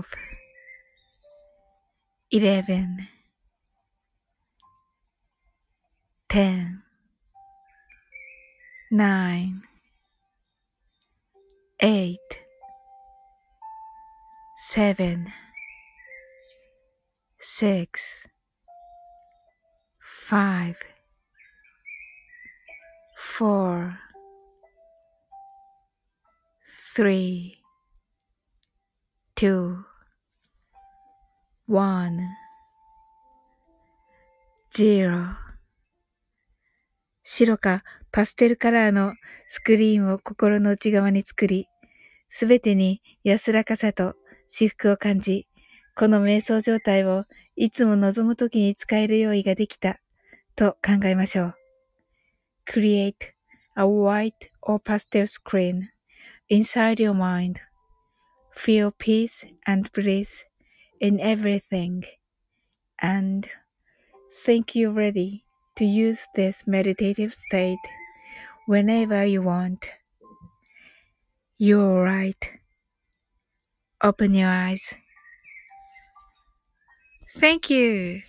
11, 10, 9, 8, 7, 6, 5, 4, 3, 2, 1, 0。白かパステルカラーのスクリーンを心の内側に作り、すべてに安らかさと至福を感じ、この瞑想状態をいつも望むときに使える用意ができたと考えましょう。Create a white or pastel screen inside your mind. Feel peace and bliss in everything. And think you're ready to use this meditative state whenever you want. You're right. Open your eyes. Thank you.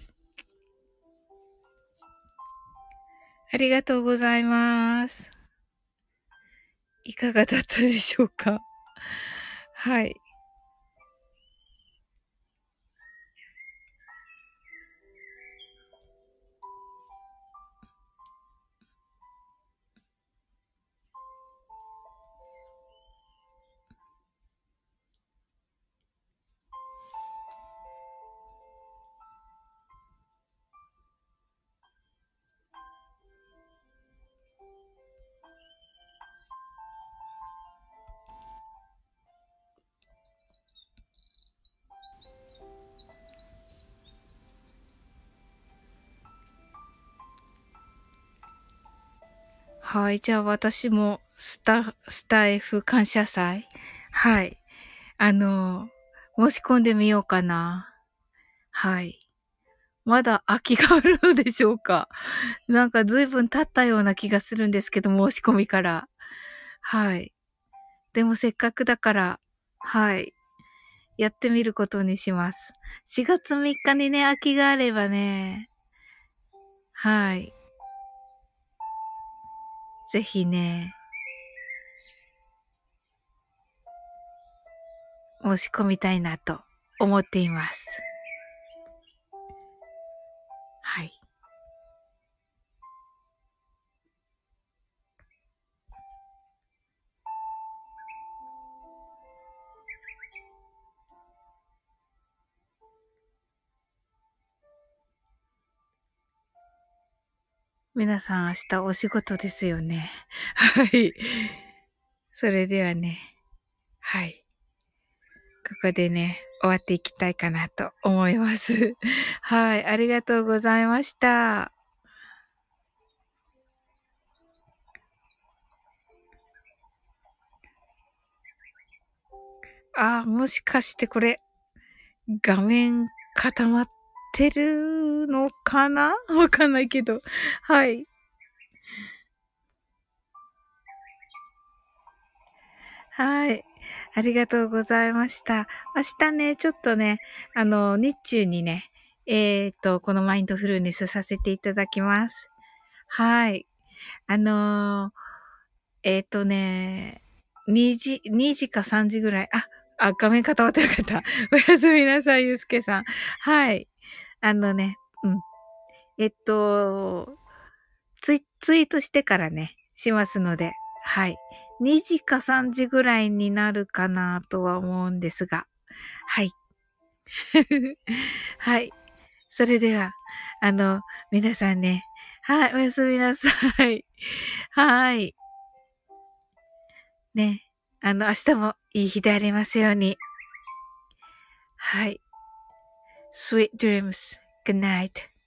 ありがとうございます。いかがだったでしょうか？はい。はい。じゃあ私もスタイフ感謝祭。はい。申し込んでみようかな。はい。まだ空きがあるのでしょうか？なんか随分経ったような気がするんですけど、申し込みから。はい。でもせっかくだから、はい。やってみることにします。4月3日にね、空きがあればね、はい。ぜひね、申し込みたいなと思っています。はい。皆さん明日お仕事ですよね。はい。それではね、はい。ここでね、終わっていきたいかなと思います。はい。ありがとうございました。 もしかしてこれ、画面固まってるのかなわかんないけど。はい。はい。ありがとうございました。明日ね、ちょっとね、日中にね、このマインドフルネスさせていただきます。はい。ね、2時か3時ぐらい。画面固まってなかった。おやすみなさい、ゆうすけさん。はい。あのね、うん。えっと、ツイートしてからね、しますので、はい。2時か3時ぐらいになるかなとは思うんですが、はい。はい。それでは、皆さんね、はい、おやすみなさい。はい。ね、明日もいい日でありますように。はい。Sweet dreams. Good night.